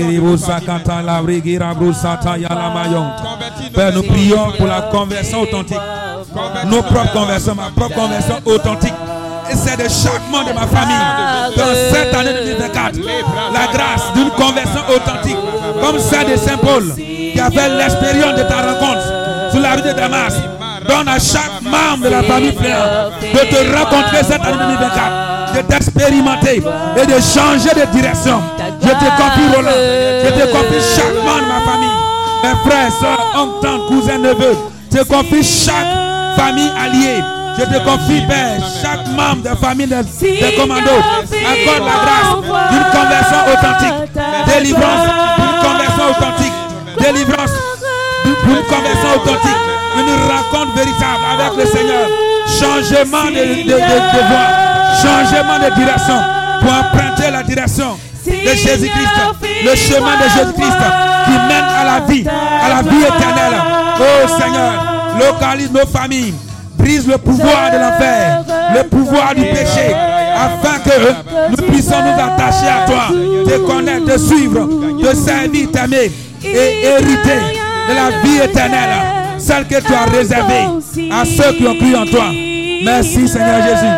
Père, nous prions pour la conversion authentique. Nos propres conversions, ma propre conversion authentique. Et c'est de chaque membre de ma famille dans cette année 2024 la grâce d'une conversion authentique, comme celle de Saint Paul qui avait l'expérience de ta rencontre sur la rue de Damas. Donne à chaque membre de la famille frère de te rencontrer cette année 2024, de t'expérimenter et de changer de direction. Je te confie Roland, je te confie chaque membre de ma famille, mes frères, soeurs, oncles, tantes, cousins, neveux. Je te confie chaque famille alliée. Je te confie, Père, chaque membre de la famille des commandos. Accorde la grâce d'une conversion authentique, délivrance d'une conversion authentique, délivrance d'une conversion authentique. Une rencontre véritable avec le Seigneur. Changement de voie. Changement de direction. Pour emprunter la direction de Jésus-Christ. Le chemin de Jésus-Christ qui mène à la vie éternelle. Oh Seigneur, localise nos familles. Brise le pouvoir de l'enfer. Le pouvoir du péché. afin que nous puissions nous attacher à toi, te connaître, te suivre, te servir, t'aimer et hériter de la vie éternelle, celle que tu as réservée à ceux qui ont cru en toi. Merci Seigneur Jésus.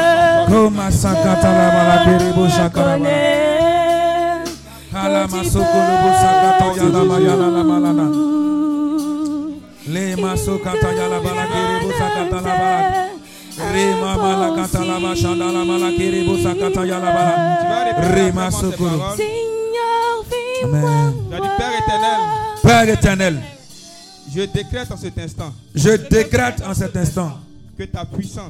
Père éternel, je décrète en cet instant. Je décrète en cet instant que ta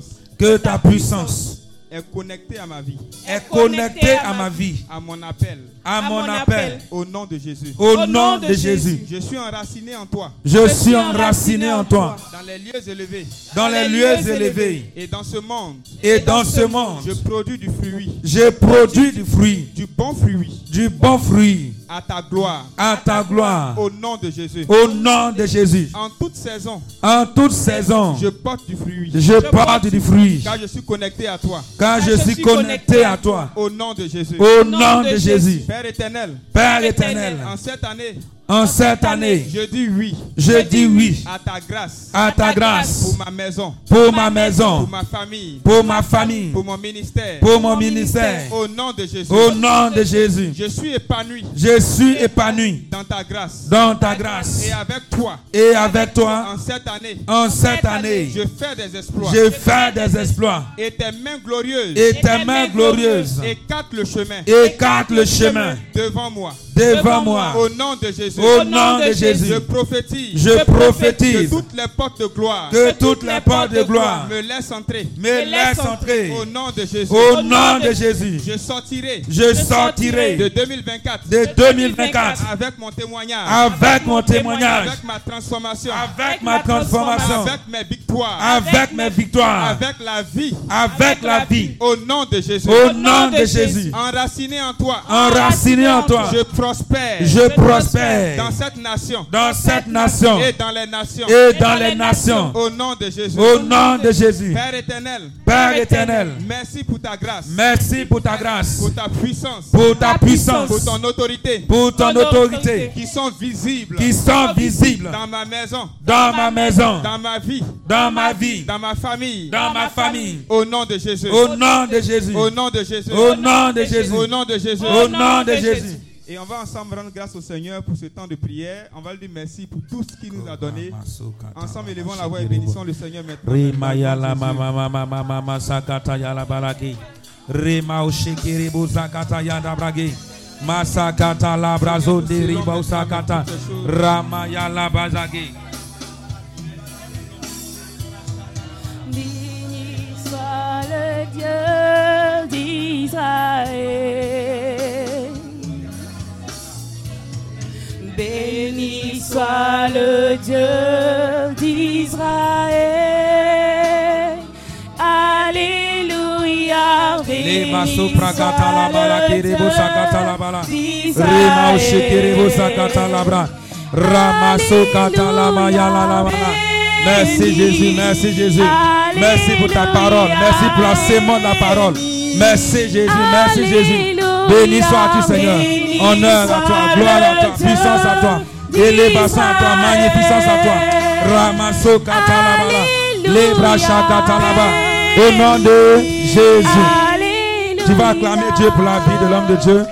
puissance est connectée à ma vie. Est connectée à ma vie. À mon appel. À mon appel. Au nom de Jésus. Au nom de Jésus. Je suis enraciné en toi. Je suis enraciné en toi. Dans les lieux élevés. Dans les lieux élevés. Et dans ce monde. Et dans ce monde. Je produis du fruit. Je produis du fruit. Du bon fruit. Du bon fruit. À ta gloire. À ta gloire. Au nom de Jésus. Au nom de Jésus. En toute saison. En toute saison. Je porte du fruit. Je porte du fruit. Car je suis connecté à toi. Car je suis connecté à toi. Au nom de Jésus. Au nom de Jésus. Père éternel. Père éternel. En cette année. Je dis oui. Je dis oui. À ta grâce. À ta grâce. Pour ma maison. Pour ma maison. Pour ma famille. Pour ma famille. Pour mon ministère. Pour mon ministère. Au nom de Jésus. Au nom de Jésus. Je suis épanoui. Je suis épanoui. Dans ta grâce. Dans ta grâce. Et avec toi. Et avec toi. En cette année. En cette année. Je fais des exploits. Je fais des exploits. Et tes mains glorieuses. Et tes mains glorieuses. Écartent le chemin. Écartent le chemin. Devant moi. Devant moi. Au nom de Jésus. Au nom de Jésus. Je prophétise. Je prophétise. Que toutes les portes de gloire. Que toutes les portes de gloire. Me laissent entrer. Me laissent entrer. Au nom de Jésus. Au nom de Jésus. Je sortirai. Je sortirai. De 2024. De 2024. Avec mon témoignage. Avec mon témoignage. Avec ma transformation. Avec ma transformation. Avec mes victoires. Avec mes victoires. Avec la vie. Avec la vie. Au nom de Jésus. Au nom de Jésus. Enraciné en toi. Enraciné en toi. Je prospère. Je prospère. Dans cette nation. Dans cette nation. Et dans les nations. Et dans les nations. Au nom de Jésus. Au nom de Jésus. Père éternel. Père éternel. Merci pour ta grâce. Merci pour ta grâce. Pour ta puissance. Pour ta puissance. Pour ton autorité. Pour ton autorité. Qui sont visibles. Qui sont visibles. Dans ma maison. Dans ma maison. Dans ma vie. Dans ma vie. Dans ma famille. Dans ma famille. Au nom de Jésus. Au nom de Jésus. Au nom de Jésus. Au nom de Jésus. Au nom de Jésus. Au nom de Jésus. Et on va ensemble rendre grâce au Seigneur pour ce temps de prière. On va lui dire merci pour tout ce qu'il nous a donné. Ensemble, élevons la voix et bénissons le Seigneur maintenant. Béni soit le Dieu d'Israël. Béni soit le Dieu d'Israël. Alléluia. Béni soit le Dieu d'Israël. Merci Jésus, merci Jésus. Merci pour ta parole, merci pour la sémence de la parole. Merci Jésus, merci Jésus. Béni sois-tu Seigneur. Honneur à toi, gloire à toi, puissance à toi, élévation à toi, magnificence à toi. Ramasso katalabala, lebracha katalaba. Au nom de Jésus. Tu vas acclamer Dieu pour la vie de l'homme de Dieu.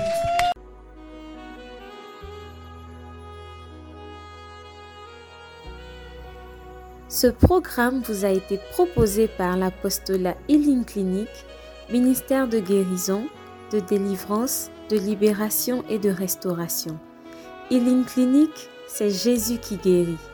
Ce programme vous a été proposé par l'apostolat Healing Clinic, ministère de guérison, de délivrance, de libération et de restauration. Healing Clinic, c'est Jésus qui guérit.